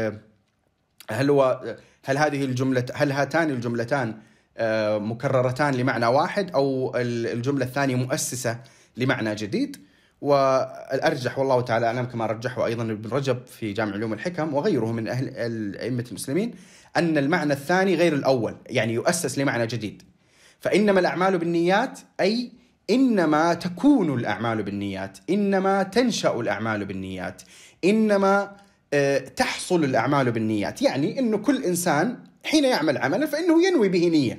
هل هو هل هذه الجملة هل هاتان الجملتان آه مكررتان لمعنى واحد أو الجملة الثانية مؤسسة لمعنى جديد. والأرجح والله تعالى أعلم كما رجحه أيضا ابن رجب في جامع العلوم والحكم وغيره من أهل أئمة المسلمين أن المعنى الثاني غير الأول، يعني يؤسس لمعنى جديد. فإنما الأعمال بالنيات أي إنما تكون الأعمال بالنيات، إنما تنشأ الأعمال بالنيات، إنما تحصل الأعمال بالنيات. يعني إنه كل إنسان حين يعمل عملا فإنه ينوي به نية.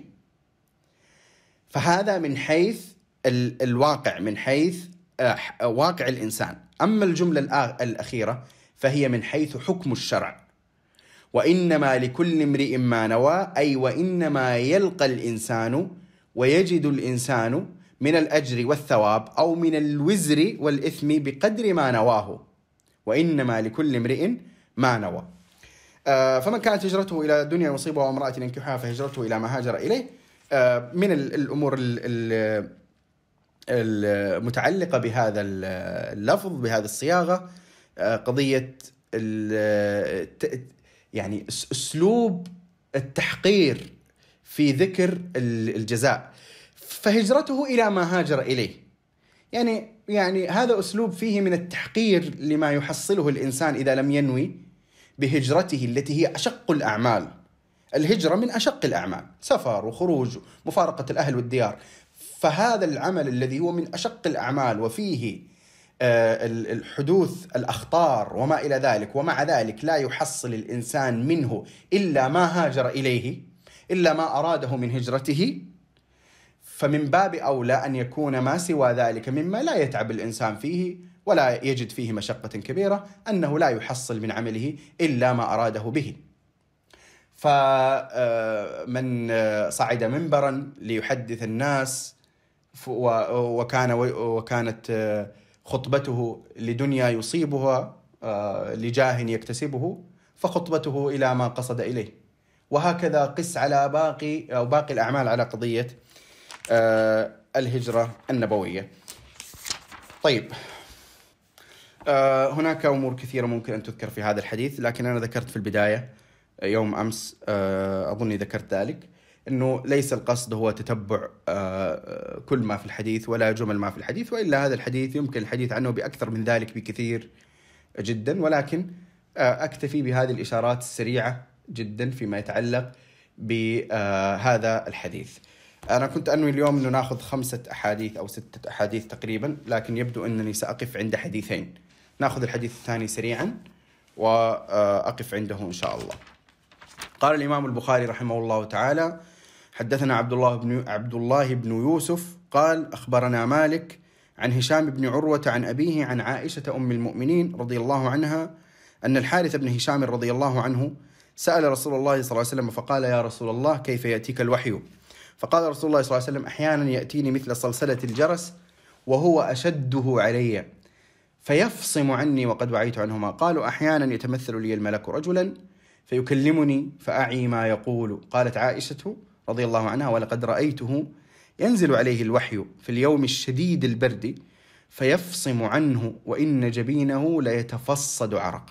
فهذا من حيث الواقع، من حيث واقع الإنسان. أما الجملة الأخيرة فهي من حيث حكم الشرع. وإنما لكل امرئ ما نوى أي وإنما يلقى الإنسان ويجد الإنسان من الأجر والثواب أو من الوزر والإثم بقدر ما نواه. وإنما لكل امرئ ما نوى. آه فمن كانت هجرته إلى دنيا يصيبها وامرأة ينكحها فهجرته إلى ما هاجر إليه. آه من الأمور المتعلقة بهذا اللفظ بهذا الصياغة قضية يعني أسلوب التحقير في ذكر الجزاء. فهجرته إلى ما هاجر إليه، يعني يعني هذا أسلوب فيه من التحقير لما يحصله الإنسان إذا لم ينوي بهجرته التي هي أشق الأعمال. الهجرة من أشق الأعمال، سفر وخروج مفارقة الأهل والديار، فهذا العمل الذي هو من أشق الأعمال وفيه الحدوث الأخطار وما إلى ذلك، ومع ذلك لا يحصل الإنسان منه إلا ما هاجر إليه، إلا ما أراده من هجرته، فمن باب أولى أن يكون ما سوى ذلك مما لا يتعب الإنسان فيه ولا يجد فيه مشقة كبيرة، أنه لا يحصل من عمله إلا ما أراده به. فمن صعد منبرا ليحدث الناس وكان وكانت خطبته لدنيا يصيبها لجاه يكتسبه، فخطبته إلى ما قصد إليه. وهكذا قس على باقي أو باقي الأعمال على قضية الهجرة النبوية. طيب، هناك أمور كثيرة ممكن أن تذكر في هذا الحديث، لكن أنا ذكرت في البداية يوم أمس، أظني ذكرت ذلك، أنه ليس القصد هو تتبع كل ما في الحديث ولا جمل ما في الحديث، وإلا هذا الحديث يمكن الحديث عنه بأكثر من ذلك بكثير جدا، ولكن أكتفي بهذه الإشارات السريعة جدا فيما يتعلق بهذا الحديث. أنا كنت أنوي اليوم أنه نأخذ خمسة أحاديث أو ستة أحاديث تقريبا، لكن يبدو أنني سأقف عند حديثين. نأخذ الحديث الثاني سريعا وأقف عنده إن شاء الله. قال الإمام البخاري رحمه الله تعالى: حدثنا عبد الله بن عبد الله بن يوسف قال: أخبرنا مالك عن هشام بن عروة عن أبيه عن عائشة أم المؤمنين رضي الله عنها أن الحارث بن هشام رضي الله عنه سأل رسول الله صلى الله عليه وسلم فقال: يا رسول الله كيف يأتيك الوحي؟ فقال رسول الله صلى الله عليه وسلم: أحيانا يأتيني مثل صلصلة الجرس وهو أشده علي فيفصم عني وقد وعيت عنهما. قالوا: أحيانا يتمثل لي الملك رجلا فيكلمني فأعي ما يقول. قالت عائشة رضي الله عنها: ولقد رأيته ينزل عليه الوحي في اليوم الشديد البرد فيفصم عنه وإن جبينه ليتفصد عرقا.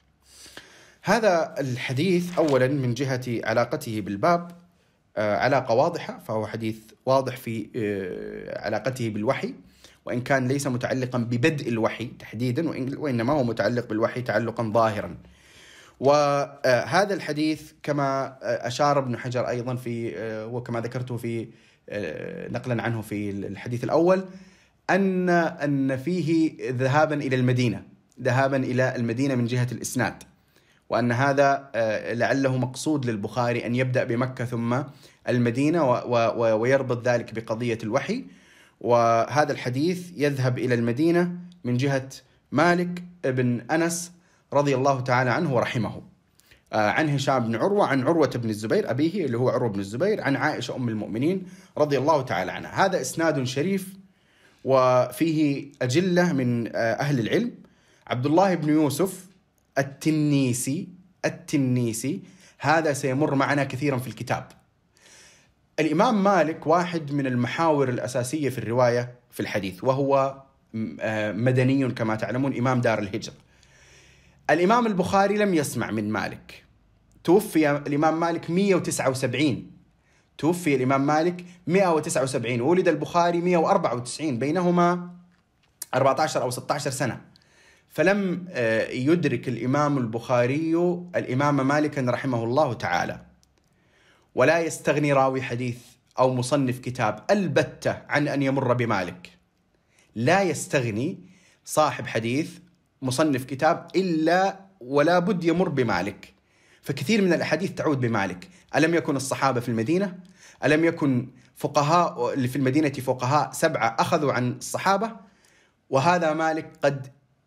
هذا الحديث أولا من جهة علاقته بالباب علاقة واضحة، فهو حديث واضح في علاقته بالوحي، وإن كان ليس متعلقا ببدء الوحي تحديدا، وإنما هو متعلق بالوحي تعلقا ظاهرا. وهذا الحديث كما أشار ابن حجر أيضا في وكما ذكرته في نقلا عنه في الحديث الأول أن أن فيه ذهابا إلى المدينة ذهابا إلى المدينة من جهة الإسناد، وأن هذا لعله مقصود للبخاري أن يبدأ بمكة ثم المدينة ويربط ذلك بقضية الوحي. وهذا الحديث يذهب إلى المدينة من جهة مالك بن أنس رضي الله تعالى عنه ورحمه، عن هشام بن عروة عن عروة بن الزبير أبيه اللي هو عروة بن الزبير عن عائشة أم المؤمنين رضي الله تعالى عنها. هذا إسناد شريف وفيه أجلة من أهل العلم. عبد الله بن يوسف التنيسي التنيسي هذا سيمر معنا كثيرا في الكتاب. الإمام مالك واحد من المحاور الأساسية في الرواية في الحديث، وهو مدني كما تعلمون، إمام دار الهجرة. الإمام البخاري لم يسمع من مالك، توفي الإمام مالك مئة وتسعة وسبعين توفي الإمام مالك مئة وتسعة وسبعين، ولد البخاري مئة وأربعة وتسعين، بينهما أربعة عشر أو ستة عشر سنة. فلم يدرك الإمام البخاري الإمام مالكا رحمه الله تعالى، ولا يستغني راوي حديث أو مصنف كتاب البتة عن أن يمر بمالك. لا يستغني صاحب حديث مصنف كتاب إلا ولا بد يمر بمالك. فكثير من الأحاديث تعود بمالك. ألم يكن الصحابة في المدينة؟ ألم يكن فقهاء اللي في المدينة فقهاء سبعة أخذوا عن الصحابة؟ وهذا مالك قد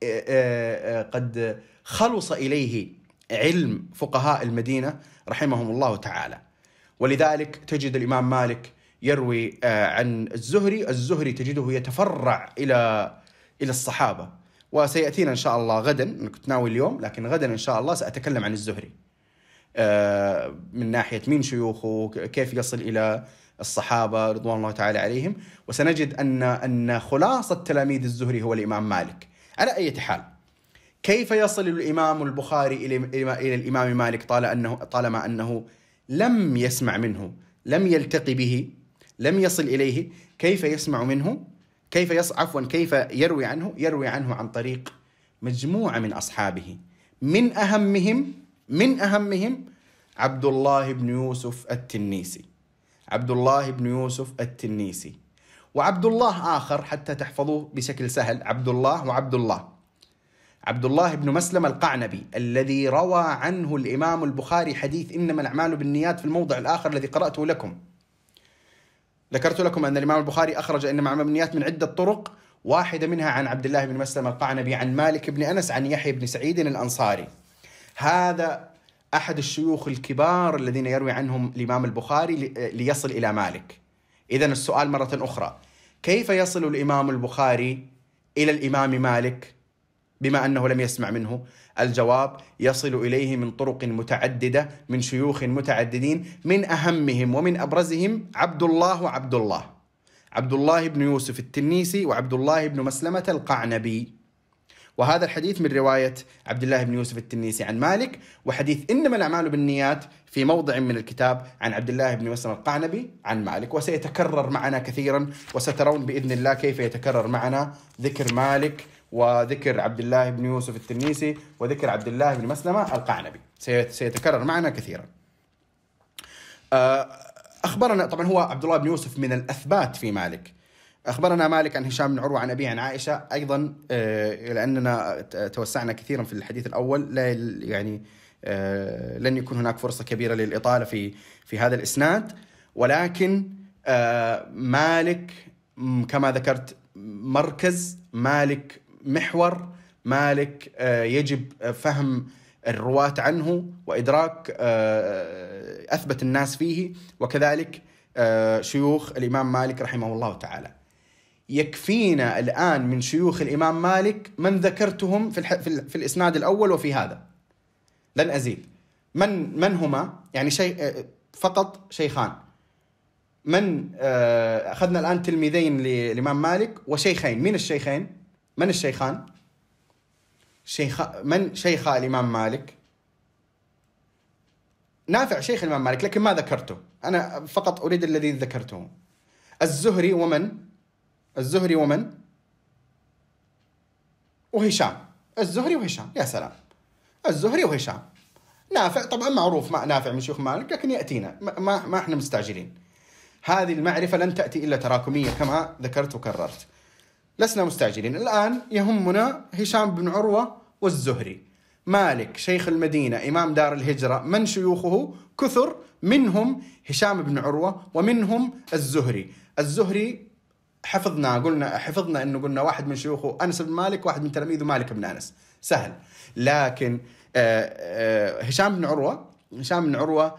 قد خلص إليه علم فقهاء المدينة رحمهم الله تعالى. ولذلك تجد الإمام مالك يروي عن الزهري، الزهري تجده يتفرع إلى إلى الصحابة. وسيأتينا إن شاء الله غدا، أنا كنت ناوي اليوم لكن غدا إن شاء الله سأتكلم عن الزهري من ناحية مين شيوخه، كيف يصل إلى الصحابة رضوان الله تعالى عليهم. وسنجد أن أن خلاصة تلاميذ الزهري هو الإمام مالك. على أي حال، كيف يصل الإمام البخاري إلى إلى الإمام مالك طالما أنه طالما أنه لم يسمع منه، لم يلتقي به، لم يصل إليه؟ كيف يسمع منه؟ كيف يص عفوا كيف يروي عنه؟ يروي عنه عن طريق مجموعة من أصحابه، من أهمهم من أهمهم عبد الله بن يوسف التنيسي. عبد الله بن يوسف التنيسي وعبد الله آخر حتى تحفظوه بشكل سهل، عبد الله وعبد الله. عبد الله بن مسلم القعنبي الذي روى عنه الإمام البخاري حديث إنما الأعمال بالنيات في الموضع الآخر الذي قرأته لكم. ذكرت لكم أن الإمام البخاري أخرج إنما الأعمال بالنيات من عدة طرق، واحدة منها عن عبد الله بن مسلم القعنبي عن مالك بن أنس عن يحيى بن سعيد الأنصاري. هذا أحد الشيوخ الكبار الذين يروي عنهم الإمام البخاري ليصل إلى مالك. إذن السؤال مرة أخرى، كيف يصل الإمام البخاري إلى الإمام مالك بما أنه لم يسمع منه؟ الجواب: يصل إليه من طرق متعددة من شيوخ متعددين، من أهمهم ومن أبرزهم عبد الله وعبد الله، عبد الله بن يوسف التنيسي وعبد الله بن مسلمة القعنبي. وهذا الحديث من رواية عبد الله بن يوسف التنيسي عن مالك، وحديث إنما الأعمال بالنيات في موضع من الكتاب عن عبد الله بن مسلم القعنبي عن مالك. وسيتكرر معنا كثيرا، وسترون بإذن الله كيف يتكرر معنا ذكر مالك وذكر عبد الله بن يوسف التنيسي وذكر عبد الله بن مسلمة القعنبي، سيتكرر معنا كثيرا. أخبرنا طبعا هو عبد الله بن يوسف من الأثبات في مالك. أخبرنا مالك عن هشام بن عروة عن أبيه عن عائشة أيضا، لأننا توسعنا كثيرا في الحديث الأول، لا يعني لن يكون هناك فرصة كبيرة للإطالة في في هذا الإسناد، ولكن مالك كما ذكرت مركز، مالك محور، مالك يجب فهم الرواة عنه وإدراك أثبت الناس فيه، وكذلك شيوخ الإمام مالك رحمه الله تعالى. يكفينا الآن من شيوخ الإمام مالك من ذكرتهم في, الح... في, ال... في الإسناد الأول وفي هذا، لن أزيد. من من هما؟ يعني شيء فقط شيخان. من أخذنا الآن تلميذين للإمام مالك وشيخين. من الشيخين؟ من الشيخان؟ شيخ من شيخا الإمام مالك؟ نافع شيخ الإمام مالك، لكن ما ذكرته، أنا فقط أريد الذي ذكرته. الزهري ومن؟ الزهري ومن؟ وهشام. الزهري وهشام، يا سلام، الزهري وهشام. نافع طبعا معروف، ما نافع من شيوخ مالك، لكن يأتينا، ما ما احنا مستعجلين. هذه المعرفة لن تأتي إلا تراكمية كما ذكرت وكررت، لسنا مستعجلين. الآن يهمنا هشام بن عروة والزهري. مالك شيخ المدينة إمام دار الهجرة، من شيوخه؟ كثر، منهم هشام بن عروة ومنهم الزهري. الزهري حفظنا، قلنا حفظنا إنه قلنا واحد من شيوخه أنس بن مالك، واحد من تلاميذه مالك بن أنس، سهل. لكن آآ آآ هشام بن عروة هشام بن عروة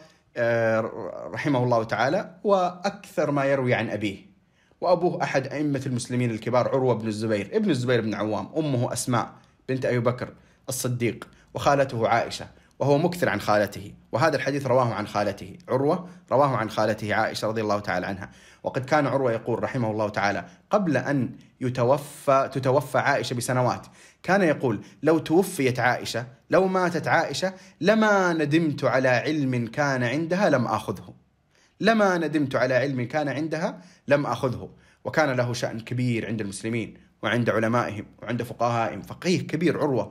رحمه الله تعالى وأكثر ما يروي عن أبيه، وأبوه أحد أئمة المسلمين الكبار عروة بن الزبير ابن الزبير بن عوام، أمه أسماء بنت أبي بكر الصديق، وخالته عائشة، وهو مكثر عن خالته. وهذا الحديث رواه عن خالته عروة، رواه عن خالته عائشة رضي الله تعالى عنها. وقد كان عروة يقول رحمه الله تعالى قبل أن يتوفى تتوفى عائشة بسنوات، كان يقول: لو توفيت عائشة، لو ماتت عائشة، لما ندمت على علم كان عندها لم أخذه، لما ندمت على علم كان عندها لم أخذه. وكان له شأن كبير عند المسلمين وعند علمائهم وعند فقهائهم، فقيه كبير عروة،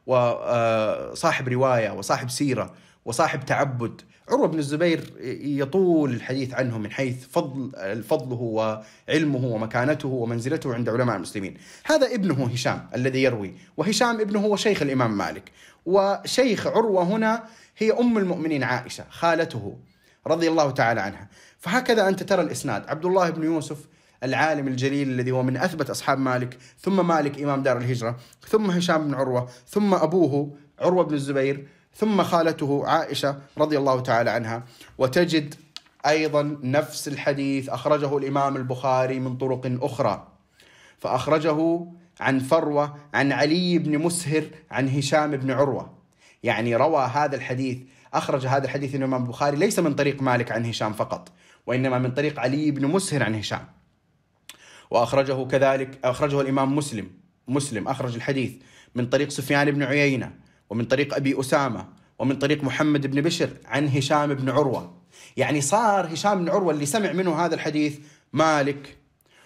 وصاحب رواية وصاحب سيرة وصاحب تعبد. عروة بن الزبير يطول الحديث عنه من حيث فضل فضله وعلمه ومكانته ومنزلته عند علماء المسلمين. هذا ابنه هشام الذي يروي، وهشام ابنه هو شيخ الإمام مالك، وشيخ عروة هنا هي أم المؤمنين عائشة خالته رضي الله تعالى عنها. فهكذا أنت ترى الإسناد: عبد الله بن يوسف العالم الجليل الذي هو من أثبت أصحاب مالك، ثم مالك إمام دار الهجرة، ثم هشام بن عروة، ثم أبوه عروة بن الزبير، ثم خالته عائشة رضي الله تعالى عنها. وتجد أيضا نفس الحديث أخرجه الإمام البخاري من طرق أخرى، فأخرجه عن فروة عن علي بن مسهر عن هشام بن عروة. يعني روى هذا الحديث، أخرج هذا الحديث الإمام البخاري ليس من طريق مالك عن هشام فقط، وإنما من طريق علي بن مسهر عن هشام. وأخرجه كذلك أخرجه الإمام مسلم مسلم أخرج الحديث من طريق سفيان بن عيينة، ومن طريق أبي أسامة، ومن طريق محمد بن بشر عن هشام بن عروة. يعني صار هشام بن عروة اللي سمع منه هذا الحديث مالك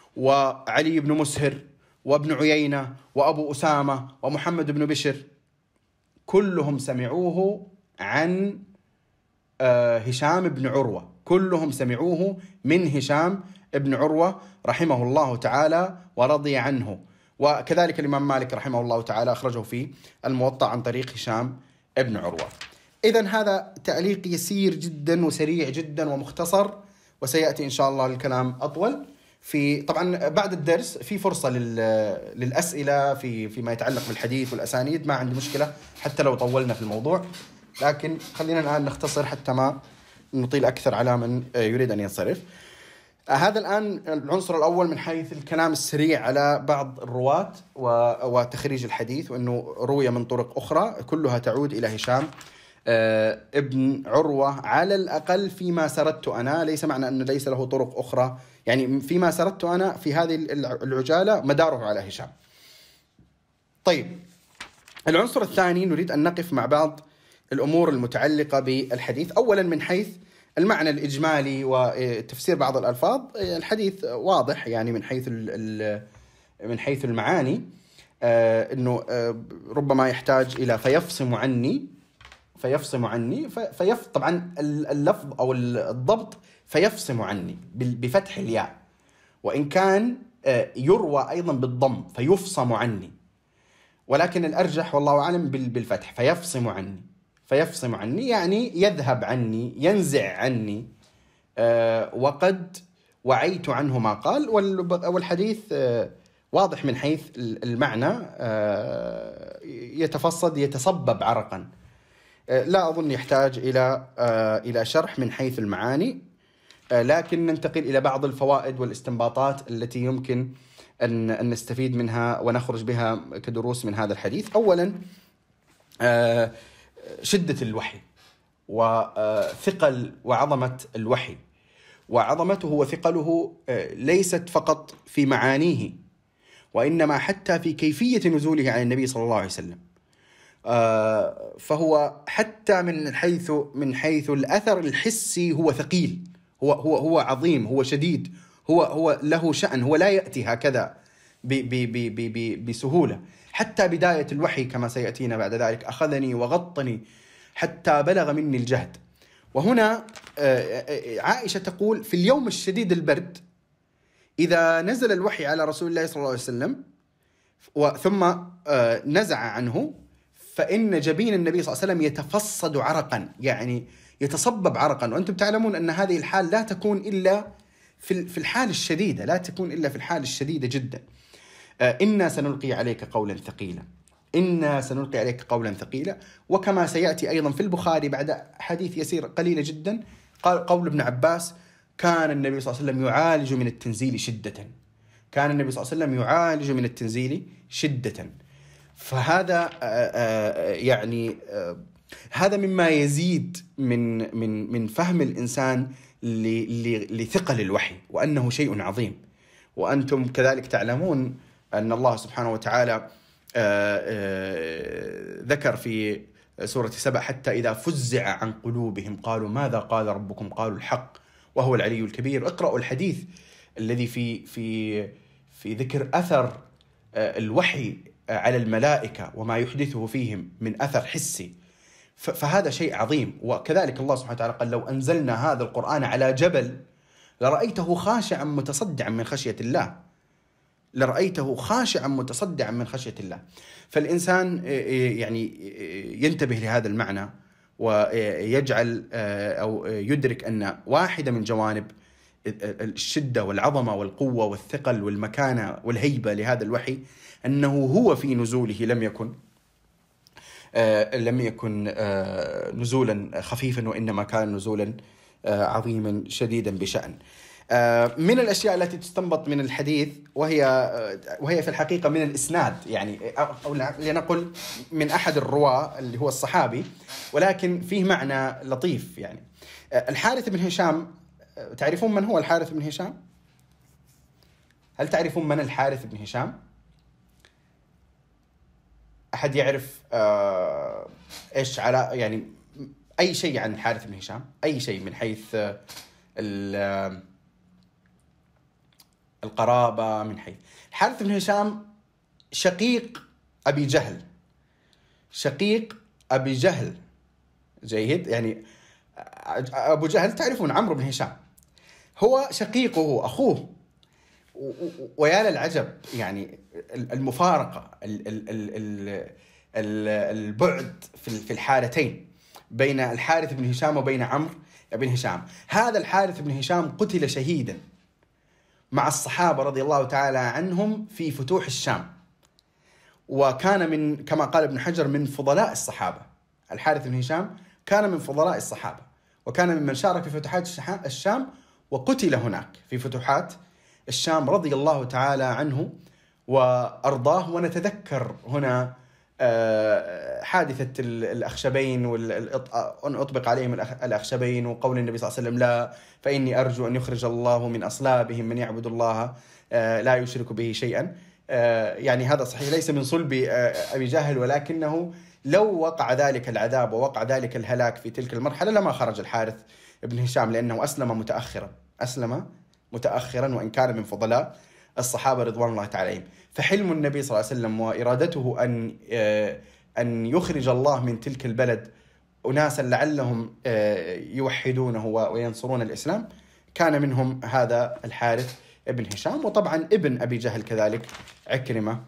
وعلي بن مسهر وابن عيينة وأبو أسامة ومحمد بن بشر، كلهم سمعوه عن هشام بن عروة، كلهم سمعوه من هشام بن عروة رحمه الله تعالى ورضي عنه. وكذلك الإمام مالك رحمه الله تعالى أخرجه في الموطأ عن طريق هشام بن عروة. إذن هذا تعليق يسير جدا وسريع جدا ومختصر، وسيأتي إن شاء الله الكلام أطول. في طبعا بعد الدرس في فرصة للأسئلة في فيما يتعلق بالحديث والأسانيد، ما عندي مشكلة حتى لو طولنا في الموضوع، لكن خلينا الآن نختصر حتى ما نطيل أكثر على من يريد أن ينصرف. هذا الآن العنصر الأول من حيث الكلام السريع على بعض الرواة وتخريج الحديث، وأنه روي من طرق أخرى كلها تعود إلى هشام ابن عروة على الأقل فيما سردت أنا. ليس معنى أنه ليس له طرق أخرى، يعني فيما سردت أنا في هذه العجالة مداره على هشام. طيب، العنصر الثاني نريد أن نقف مع بعض الأمور المتعلقة بالحديث. أولا من حيث المعنى الإجمالي وتفسير بعض الألفاظ، الحديث واضح يعني من حيث من حيث المعاني، أنه ربما يحتاج إلى فيفصم عني فيفصم عني فيف طبعا اللفظ أو الضبط فيفصم عني بفتح الياء، وإن كان يروى أيضا بالضم فيفصم عني، ولكن الأرجح والله أعلم بالفتح فيفصم عني. فيفصم عني يعني يذهب عني، ينزع عني، وقد وعيت عنه ما قال. والحديث واضح من حيث المعنى، يتفصد يتصبب عرقا، لا أظن يحتاج إلى إلى شرح من حيث المعاني، لكن ننتقل إلى بعض الفوائد والاستنباطات التي يمكن أن نستفيد منها ونخرج بها كدروس من هذا الحديث. أولا شدة الوحي وثقل وعظمة الوحي، وعظمته وثقله ليست فقط في معانيه، وإنما حتى في كيفية نزوله عن النبي صلى الله عليه وسلم. فهو حتى من حيث من حيث الأثر الحسي هو ثقيل، هو هو هو عظيم، هو شديد، هو هو له شأن، هو لا يأتي هكذا ب ب ب ب بسهولة. حتى بداية الوحي كما سيأتينا بعد ذلك أخذني وغطني حتى بلغ مني الجهد. وهنا عائشة تقول في اليوم الشديد البرد إذا نزل الوحي على رسول الله صلى الله عليه وسلم ثم نزع عنه، فإن جبين النبي صلى الله عليه وسلم يتفصد عرقا، يعني يتصبب عرقا. وأنتم تعلمون أن هذه الحال لا تكون إلا في الحال الشديدة، لا تكون إلا في الحال الشديدة جدا. إنا سنلقي عليك قولا ثقيلا، إنا سنلقي عليك قولا ثقيلا. وكما سيأتي أيضا في البخاري بعد حديث يسير قليلة جدا، قال قول ابن عباس: كان النبي صلى الله عليه وسلم يعالج من التنزيل شدة، كان النبي صلى الله عليه وسلم يعالج من التنزيل شدة. فهذا يعني هذا مما يزيد من من من فهم الإنسان لثقل الوحي، وأنه شيء عظيم. وأنتم كذلك تعلمون أن الله سبحانه وتعالى ذكر في سورة سبأ: حتى إذا فزع عن قلوبهم قالوا ماذا قال ربكم قالوا الحق وهو العلي الكبير. اقرأوا الحديث الذي في في في ذكر أثر الوحي على الملائكة وما يحدثه فيهم من أثر حسي، فهذا شيء عظيم. وكذلك الله سبحانه وتعالى قال: لو أنزلنا هذا القرآن على جبل لرأيته خاشعا متصدعا من خشية الله، لرأيته خاشعا متصدعا من خشية الله. فالإنسان يعني ينتبه لهذا المعنى ويجعل أو يدرك أن واحدة من جوانب الشدة والعظمة والقوة والثقل والمكانة والهيبة لهذا الوحي أنه هو في نزوله لم يكن لم يكن نزولا خفيفا، وإنما كان نزولا عظيما شديدا بشأن. من الأشياء التي تستنبط من الحديث، وهي وهي في الحقيقة من الإسناد، يعني أو لنقل من أحد الرواة اللي هو الصحابي، ولكن فيه معنى لطيف. يعني الحارث بن هشام، تعرفون من هو الحارث بن هشام؟ هل تعرفون من الحارث بن هشام؟ أحد يعرف آه إيش على يعني أي شيء عن الحارث بن هشام؟ أي شيء من حيث ال القرابة، من حيث الحارث بن هشام شقيق أبي جهل، شقيق أبي جهل، جيد، يعني أبو جهل تعرفون عمرو بن هشام، هو شقيقه أخوه. ويا للعجب يعني المفارقة، البعد في الحالتين بين الحارث بن هشام وبين عمرو بن هشام. هذا الحارث بن هشام قتل شهيدا مع الصحابة رضي الله تعالى عنهم في فتوح الشام، وكان من كما قال ابن حجر من فضلاء الصحابة. الحارث بن هشام كان من فضلاء الصحابة، وكان ممن شارك في فتوحات الشام وقتل هناك في فتوحات الشام رضي الله تعالى عنه وأرضاه. ونتذكر هنا حادثة الأخشبين، وأن أطبق عليهم الأخشبين، وقول النبي صلى الله عليه وسلم: لا فإني أرجو أن يخرج الله من أصلابهم من يعبد الله لا يشرك به شيئا. يعني هذا صحيح ليس من صلب أبي جهل، ولكنه لو وقع ذلك العذاب ووقع ذلك الهلاك في تلك المرحلة لما خرج الحارث بن هشام، لأنه أسلم متأخرا، أسلم متأخرا وإن كان من فضلاء الصحابة رضوان الله تعالى عليهم. فحلم النبي صلى الله عليه وسلم وإرادته أن أن يخرج الله من تلك البلد أناسا لعلهم يوحدونه وينصرون الإسلام، كان منهم هذا الحارث ابن هشام. وطبعا ابن أبي جهل كذلك عكرمة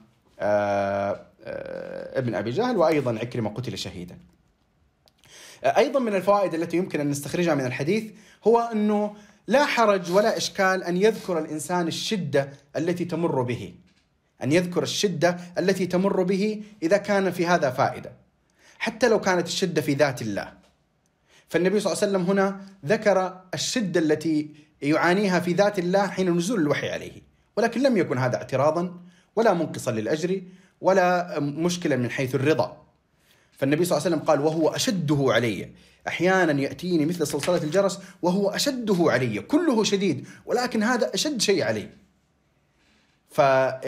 ابن أبي جهل، وأيضا عكرمة قتل شهيدا. أيضا من الفوائد التي يمكن أن نستخرجها من الحديث هو أنه لا حرج ولا إشكال أن يذكر الإنسان الشدة التي تمر به، أن يذكر الشدة التي تمر به إذا كان في هذا فائدة، حتى لو كانت الشدة في ذات الله. فالنبي صلى الله عليه وسلم هنا ذكر الشدة التي يعانيها في ذات الله حين نزول الوحي عليه، ولكن لم يكن هذا اعتراضا ولا منقصا للأجر ولا مشكلة من حيث الرضا. فالنبي صلى الله عليه وسلم قال: وهو أشده علي. أحيانا يأتيني مثل صلصلة الجرس وهو أشده علي، كله شديد ولكن هذا أشد شيء علي. فلا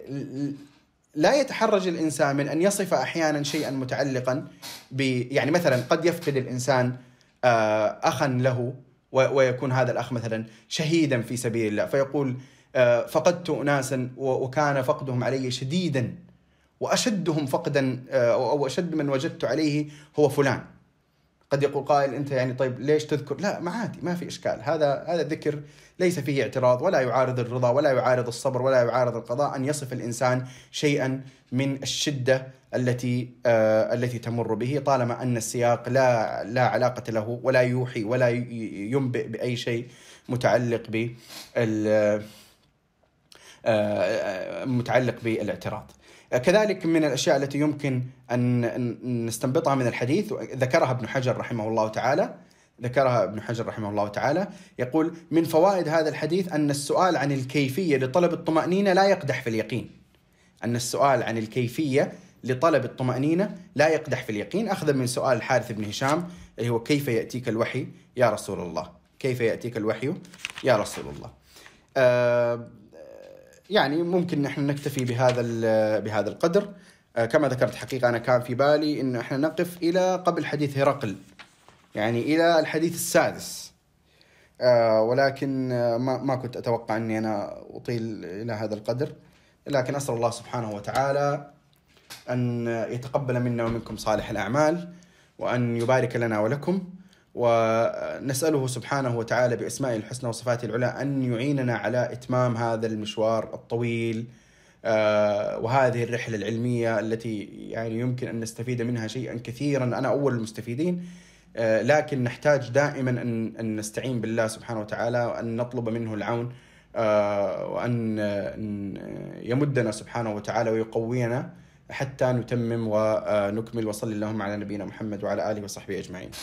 يتحرج الإنسان من أن يصف أحيانا شيئا متعلقا ب يعني مثلا قد يفقد الإنسان أخا له، ويكون هذا الأخ مثلا شهيدا في سبيل الله، فيقول: فقدت أناسا وكان فقدهم علي شديدا، وأشدهم فقدا أو أشد من وجدت عليه هو فلان. قد يقول قائل: أنت يعني طيب ليش تذكر؟ لا، ما عادي، ما في إشكال، هذا هذا ذكر ليس فيه اعتراض ولا يعارض الرضا ولا يعارض الصبر ولا يعارض القضاء أن يصف الإنسان شيئا من الشدة التي آه التي تمر به، طالما أن السياق لا لا علاقة له ولا يوحي ولا ينبئ بأي شيء متعلق ب آه متعلق بالاعتراض. كذلك من الأشياء التي يمكن أن نستنبطها من الحديث ذكرها ابن حجر رحمه الله تعالى ذكرها ابن حجر رحمه الله تعالى يقول: من فوائد هذا الحديث أن السؤال عن الكيفية لطلب الطمأنينة لا يقدح في اليقين. أن السؤال عن الكيفية لطلب الطمأنينة لا يقدح في اليقين، أخذا من سؤال الحارث بن هشام اللي هو: كيف يأتيك الوحي يا رسول الله؟ كيف يأتيك الوحي يا رسول الله؟ آه يعني ممكن نحن نكتفي بهذا بهذا القدر. كما ذكرت حقيقة أنا كان في بالي إن إحنا نقف إلى قبل حديث هرقل، يعني إلى الحديث السادس، ولكن ما ما كنت أتوقع أني أنا أطيل إلى هذا القدر. لكن أسأل الله سبحانه وتعالى أن يتقبل منا ومنكم صالح الأعمال، وأن يبارك لنا ولكم، ونسأله سبحانه وتعالى بأسمائه الحسنى وصفاته العلى أن يعيننا على إتمام هذا المشوار الطويل آه وهذه الرحلة العلمية التي يعني يمكن أن نستفيد منها شيئا كثيرا. أنا أول المستفيدين، آه لكن نحتاج دائما أن, أن نستعين بالله سبحانه وتعالى، وأن نطلب منه العون، آه وأن يمدنا سبحانه وتعالى ويقوينا حتى نتمم ونكمل. وصلى اللهم على نبينا محمد وعلى آله وصحبه أجمعين.